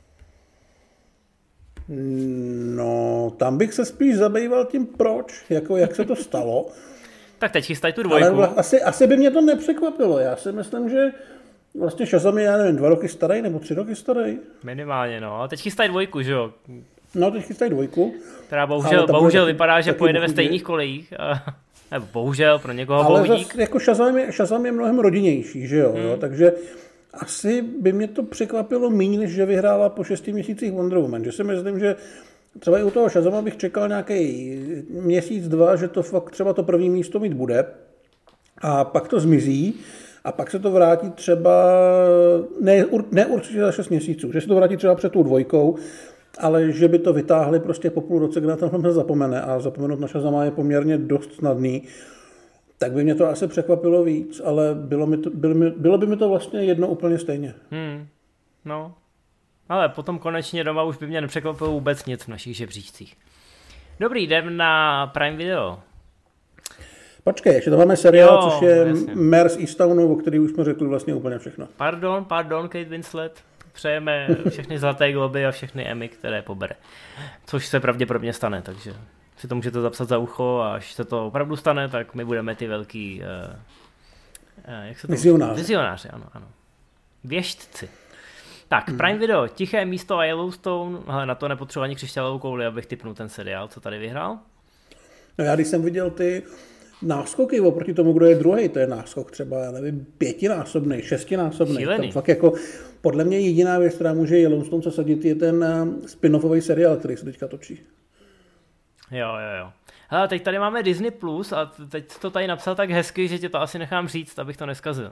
No, tam bych se spíš zabýval tím proč, jako jak se to stalo. Tak teď chystaj tu dvojku. Ale asi, asi by mě to nepřekvapilo. Já si myslím, že vlastně Shazam je, já nevím, dva roky starý nebo tři roky starý. Minimálně, no. Ale teď chystaj dvojku, že jo? No, teď chystají dvojku. Která bohužel, bohužel taky, vypadá, že pojede ve stejných kolejích. Nebo bohužel, pro někoho ale bohudík. zase jako Shazam je, Shazam je mnohem rodinnější, že jo? Hmm. jo? Takže asi by mě to překvapilo méně, než že vyhrála po šesti měsících Wonder Woman. Že si myslím, že třeba i u toho Shazama bych čekal nějaký měsíc, dva, že to fakt třeba to první místo mít bude. A pak to zmizí. A pak se to vrátí třeba, ne, ne určitě za šest měsíců, že se to vrátí třeba před tou dvojkou, ale že by to vytáhli prostě po půl roce, kdy na tom se zapomene a zapomenout na Shazama je poměrně dost snadný, tak by mě to asi překvapilo víc, ale bylo, mi to, bylo, mi, bylo by mi to vlastně jedno úplně stejně. Hmm. No, ale potom konečně doma už by mě nepřekvapilo vůbec nic v našich žebříčcích. Dobrý, jdem na Prime Video. Počkej, ještě tam máme seriál, jo, což je Mare z Easttownu, o který už jsme řekli vlastně úplně všechno. Pardon, pardon, Kate Winslet. Přejeme všechny zlaté globy a všechny Emmy, které pobere. Což se pravděpodobně stane, takže si to můžete zapsat za ucho a až se to opravdu stane, tak my budeme ty velký uh, uh, jak se to vizionáři. Vizionáři, ano, ano. Věštci. Tak, Prime hmm. Video, Tiché místo a Yellowstone. Hele, na to nepotřebuji ani křišťálovou kouli, abych tipnul ten seriál, co tady vyhrál. No já když jsem viděl ty náskoky oproti tomu, kdo je druhý, to je náskok třeba, já nevím, pětinásobný, šestinásobný. Tam fakt jako, podle mě jediná věc, která může Yellowstone zasadit, je ten spin-offový seriál, který se teďka točí. Jo, jo, jo. Hele, teď tady máme Disney Plus a teď to tady napsal tak hezky, že tě to asi nechám říct, abych to neskazil.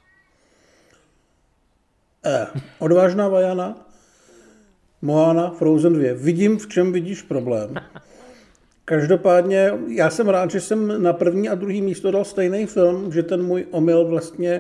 Eh, odvážná Vajana, Moana, Frozen dva. Vidím, v čem vidíš problém. Každopádně, já jsem rád, že jsem na první a druhý místo dal stejný film, že ten můj omyl vlastně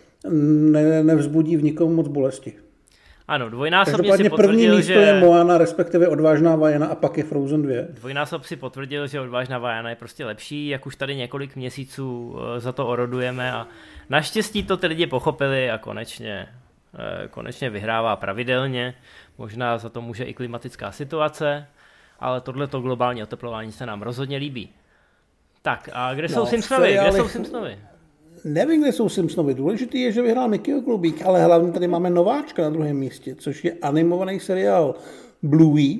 ne, nevzbudí v nikomu moc bolesti. Ano, dvojnásobně Každopádně si potvrdil, první místo že... je Moana, respektive Odvážná Vajana a pak je Frozen dva. Dvojnásob si potvrdil, že Odvážná Vajana je prostě lepší, jak už tady několik měsíců za to orodujeme a naštěstí to ty lidi pochopili a konečně, konečně vyhrává pravidelně. Možná za to může i klimatická situace, ale tohleto globální oteplování se nám rozhodně líbí. Tak a kde no, jsou Simpsonovi? Kde jsou Simpsonovi? Nevím, kde jsou Simpsonovi. Důležitý je, že vyhrál Mickeyho klubík, ale hlavně tady máme nováčka na druhém místě, což je animovaný seriál Bluey,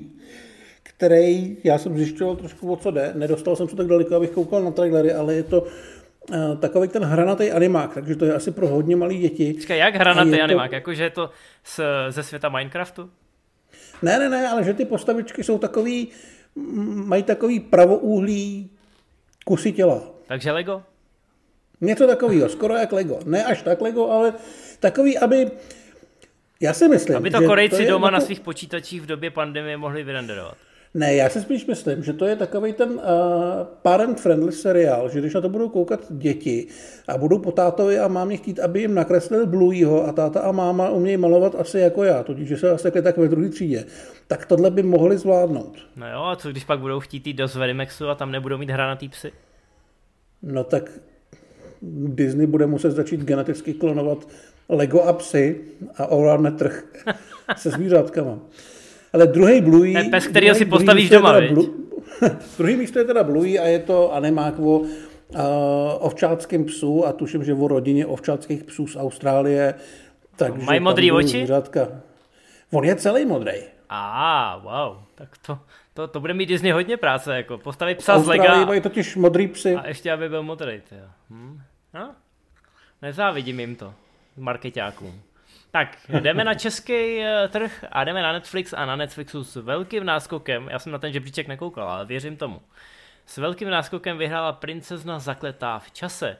který, já jsem zjišťoval trošku o co jde, nedostal jsem se tak daleko, abych koukal na trailery, ale je to uh, takový ten hranatý animák, takže to je asi pro hodně malý děti. Počkej, jak hranatý animák? To... Jakože je to z, ze světa Minecraftu? Ne, ne, ne, ale že ty postavičky jsou takový, mají takový pravoúhlý kusy těla. Takže Lego? Něco takového, skoro jak Lego. Ne až tak Lego, ale takový, aby, já si myslím, aby to Korejci to doma jako... na svých počítačích v době pandemie mohli vyrenderovat. Ne, já si spíš myslím, že to je takový ten uh, parent-friendly seriál, že když na to budou koukat děti a budou po tátovi a mámě chtít, aby jim nakreslil Blueyho a táta a máma umějí malovat asi jako já, totiž, že se zasekli tak ve druhé třídě, tak tohle by mohli zvládnout. No jo, a co když pak budou chtít jít do Zverimexu a tam nebudou mít hranatý psy? No tak Disney bude muset začít geneticky klonovat Lego a psy a ovládne trh se zvířátkama. Ale druhý Bluey... Ten pes, kterýho si postavíš doma, viď? Blu... druhý místo je teda Bluey a je to animák o uh, ovčáckém psu a tuším, že o rodině ovčáckých psů z Austrálie. Takže mají modrý oči? Zvířátka. On je celý modrý. A ah, wow, tak to, to, to bude mít Disney hodně práce, jako postavit psa z Lega. Lega. Mají totiž modrý psy. A ještě, aby byl modrý, tyjo. Hm? No? Nezávidím jim to, markeťákům. Tak, jdeme na český trh a jdeme na Netflix a na Netflixu s velkým náskokem, já jsem na ten žebříček nekoukal, ale věřím tomu. S velkým náskokem vyhrála Princezna zakletá v čase.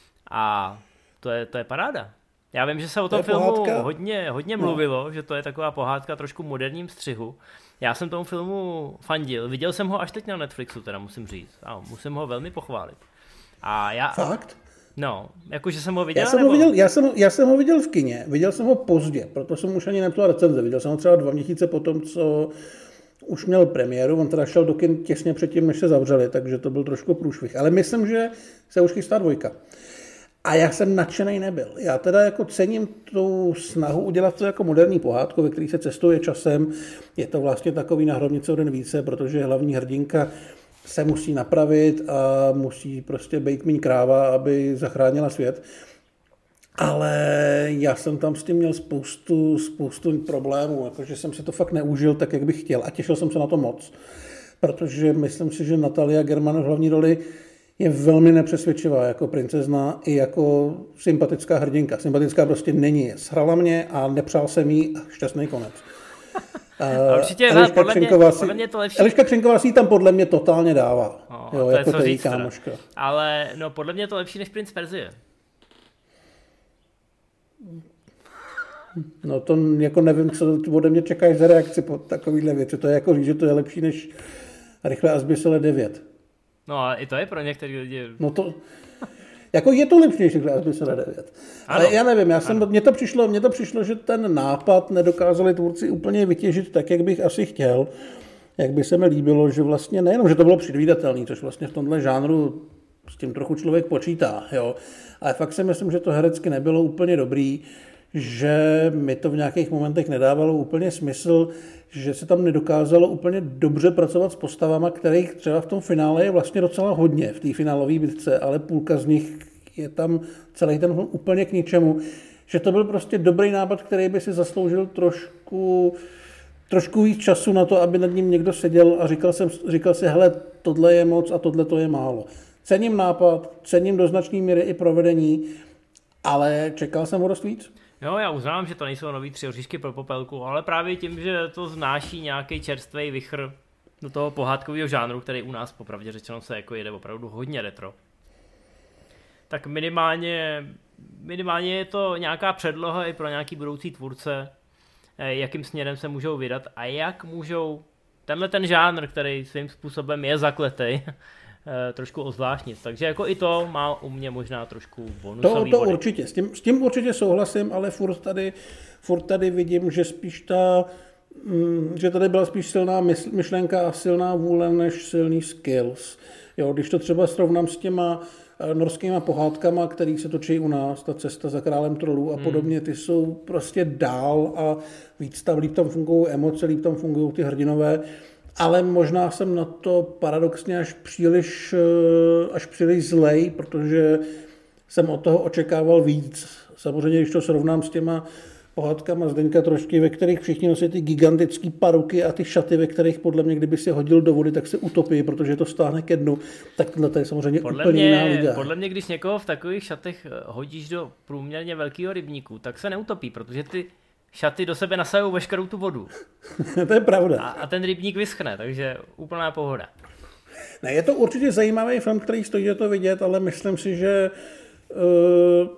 A to je, to je paráda. Já vím, že se o tom filmu hodně, hodně mluvilo, no. Že to je taková pohádka trošku moderním střihu. Já jsem tomu filmu fandil, viděl jsem ho až teď na Netflixu, teda musím říct. A musím ho velmi pochválit. A já... Fakt? No, jakože jsem ho viděl, já jsem nebo... ho viděl, já jsem, já jsem ho viděl v kině, viděl jsem ho pozdě, proto jsem už ani nepsal recenze, viděl jsem ho třeba dva měsíce potom, co už měl premiéru, on teda šel do kin těsně předtím, než se zavřeli, takže to byl trošku průšvih, ale myslím, že se už chystá dvojka. A já jsem nadšenej nebyl. Já teda jako cením tu snahu udělat to jako moderní pohádku, ve který se cestuje časem, je to vlastně takový na hrobnice o den více, protože hlavní hrdinka se musí napravit a musí prostě být míň kráva, aby zachránila svět. ale já jsem tam s tím měl spoustu, spoustu problémů, jakože jsem si to fakt neužil tak, jak bych chtěl a těšil jsem se na to moc, protože myslím si, že Natalia German v hlavní roli je velmi nepřesvědčivá jako princezna i jako sympatická hrdinka. Sympatická prostě není. Shrala mě a nepřál jsem jí šťastný konec. A určitě Eliška podle, mě, podle mě to lepší. Eliška Křenková si tam podle mě totálně dává. No, jo, to jako je co říct kámoška. Ale no, podle mě to lepší než princ Perzie. No to jako nevím, co ode mě čekáš za reakci po takovýhle věci. To je jako říct, že to je lepší než Rychle a zběsile devět. No a i to je pro některé lidi. No to... Jako je to lepší než Rychle a zběsile devět. Ale ano, já nevím, já jsem, mně to přišlo, mně to přišlo, že ten nápad nedokázali tvůrci úplně vytěžit tak, jak bych asi chtěl. Jak by se mi líbilo, že vlastně nejenom, že to bylo předvídatelné, což vlastně v tomhle žánru s tím trochu člověk počítá, jo. Ale fakt si myslím, že to herecky nebylo úplně dobrý, že mi to v nějakých momentech nedávalo úplně smysl, že se tam nedokázalo úplně dobře pracovat s postavama, kterých třeba v tom finále je vlastně docela hodně v té finálové bitce, ale půlka z nich je tam celý ten film úplně k ničemu. Že to byl prostě dobrý nápad, který by si zasloužil trošku, trošku víc času na to, aby nad ním někdo seděl a říkal, jsem, říkal si, hele, tohle je moc a tohle to je málo. Cením nápad, cením do značné míry i provedení, ale čekal jsem o dost víc. Jo, já uznám, že to nejsou nový Tři oříšky pro popelku, ale právě tím, že to znáší nějaký čerstvý vichr do toho pohádkového žánru, který u nás popravdě řečeno se jako jede opravdu hodně retro. Tak minimálně, minimálně je to nějaká předloha i pro nějaký budoucí tvůrce, jakým směrem se můžou vydat a jak můžou tenhle ten žánr, který svým způsobem je zakletej, trošku ozvláštnit. Takže jako i to má u mě možná trošku bonusový To, to body. určitě, s tím, s tím určitě souhlasím, ale furt tady, furt tady vidím, že spíš ta, že tady byla spíš silná myšlenka a silná vůle než silný skills. Jo, když to třeba srovnám s těma norskýma pohádkama, který se točí u nás, ta Cesta za králem trolů a podobně, ty jsou prostě dál a víc tam, líp tam fungují emoce, líp tam fungují ty hrdinové, ale možná jsem na to paradoxně až příliš, až příliš zlej, protože jsem od toho očekával víc. Samozřejmě, když to srovnám s těma pohádkama Zdeňka Trošky, ve kterých všichni nosí ty gigantické paruky a ty šaty, ve kterých podle mě, kdyby si hodil do vody, tak se utopí, protože to stáhne ke dnu, tak tohle je samozřejmě podle úplně mě, jiná liga. Podle mě, když někoho v takových šatech hodíš do průměrně velkého rybníku, tak se neutopí, protože ty šaty do sebe nasajou veškerou tu vodu. To je pravda. A, a ten rybník vyschne, takže úplná pohoda. Ne, je to určitě zajímavý film, který stojí za to vidět, ale myslím si, že uh,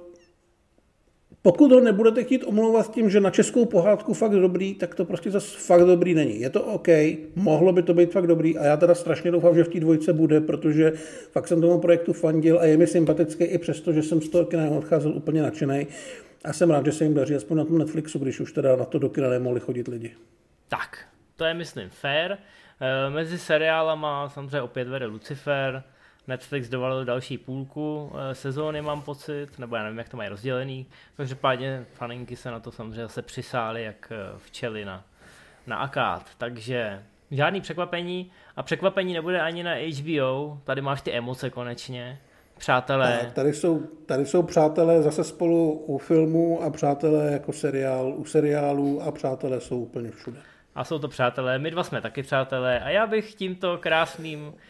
pokud ho nebudete chtít omlouvat tím, že na českou pohádku fakt dobrý, tak to prostě zase fakt dobrý není. Je to OK, mohlo by to být fakt dobrý a já teda strašně doufám, že v té dvojce bude, protože fakt jsem tomu projektu fandil a je mi sympatický i přesto, že jsem z toho kina odcházel úplně nadšenej. A jsem rád, že se jim daří aspoň na tom Netflixu, když už teda na to do kina nemohli chodit lidi. Tak, to je myslím fair. E, mezi seriálama samozřejmě opět vede Lucifer, Netflix dovalil další půlku e, sezóny, mám pocit, nebo já nevím, jak to mají rozdělený. Každopádně faninky se na to samozřejmě zase přisály jak včely na, na akád, takže žádný překvapení a překvapení nebude ani na H B O, tady máš ty emoce konečně. Přátelé. Tak, tady jsou, tady jsou přátelé zase spolu u filmů a přátelé jako seriál, u seriálů a přátelé jsou úplně všude. A jsou to přátelé, my dva jsme taky přátelé a já bych tímto krásným uh,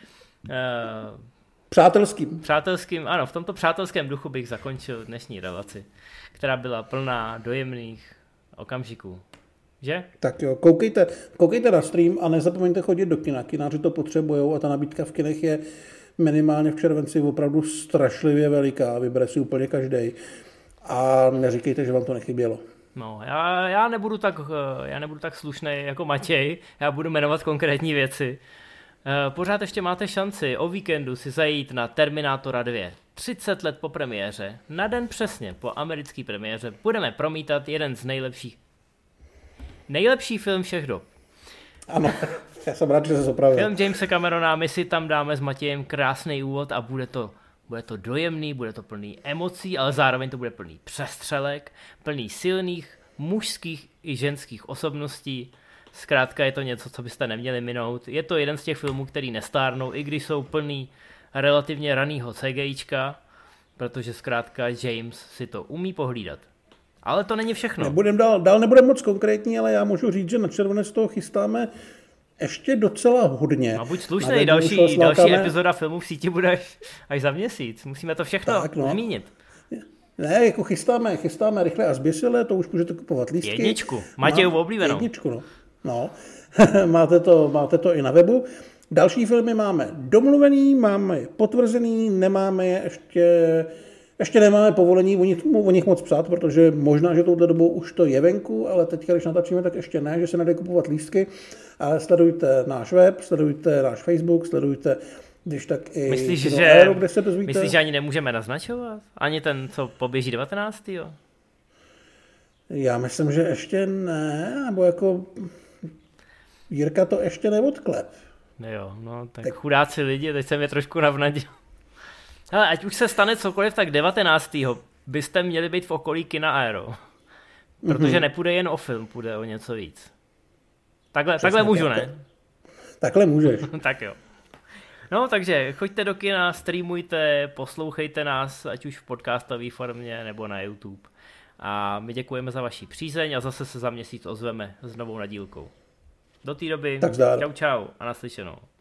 přátelským. Přátelským, ano, v tomto přátelském duchu bych zakončil dnešní relaci, která byla plná dojemných okamžiků. Že? Tak jo, koukejte, koukejte na stream a nezapomeňte chodit do kina. Kináři to potřebujou a ta nabídka v kinech je minimálně v červenci opravdu strašlivě veliká, vybere si úplně každej. A neříkejte, že vám to nechybělo. No, já, já, nebudu tak, já nebudu tak slušnej jako Matěj, já budu jmenovat konkrétní věci. Pořád ještě máte šanci o víkendu si zajít na Terminátora dva. třicet let po premiéře, na den přesně po americké premiéře, budeme promítat jeden z nejlepších, nejlepší film všech dob. Ano, já jsem rád, že se opravil. Film Jamesa Camerona, my si tam dáme s Matějem krásný úvod a bude to, bude to dojemný, bude to plný emocí, ale zároveň to bude plný přestřelek, plný silných mužských i ženských osobností. Zkrátka je to něco, co byste neměli minout. Je to jeden z těch filmů, který nestárnou, i když jsou plný relativně ranýho CGIčka, protože zkrátka James si to umí pohlídat. Ale to není všechno. Nebudem dál, dál nebudem moc konkrétní, ale já můžu říct, že na červenec toho chystáme ještě docela hodně. No buď slušnej, další, další epizoda filmu v síti bude až, až za měsíc. Musíme to všechno tak, no. zmínit. Ne, jako chystáme, chystáme rychle a zběsile, to už můžete kupovat lístky. Jedničku, Matějovu oblíbenou. Jedničku, no. no. máte, to, máte to i na webu. Další filmy máme domluvený, máme je potvrzený, nemáme je ještě, ještě nemáme povolení o nich, o nich moc psát, protože možná, že touhle dobou už to je venku, ale teď, když natáčíme, tak ještě ne, že se nedá kupovat lístky, ale sledujte náš web, sledujte náš Facebook, sledujte když tak i myslíš, že, Aero, kde se dozvíte. Myslíš, že ani nemůžeme naznačovat? Ani ten, co poběží devatenáctého Já myslím, že ještě ne, nebo jako Jirka to ještě neodklep. Jo, no tak, tak chudáci lidi, teď jsem je trošku navnadil. Hele, ať už se stane cokoliv, tak devatenáctého byste měli být v okolí kina Aero. Protože mm-hmm. nepůjde jen o film, půjde o něco víc. Takhle, takhle můžu, ne? Takhle můžeš. Tak jo. No, takže choďte do kina, streamujte, poslouchejte nás, ať už v podcastové formě nebo na YouTube. A my děkujeme za vaši přízeň a zase se za měsíc ozveme s novou nadílkou. Do té doby, tak čau čau a naslyšenou.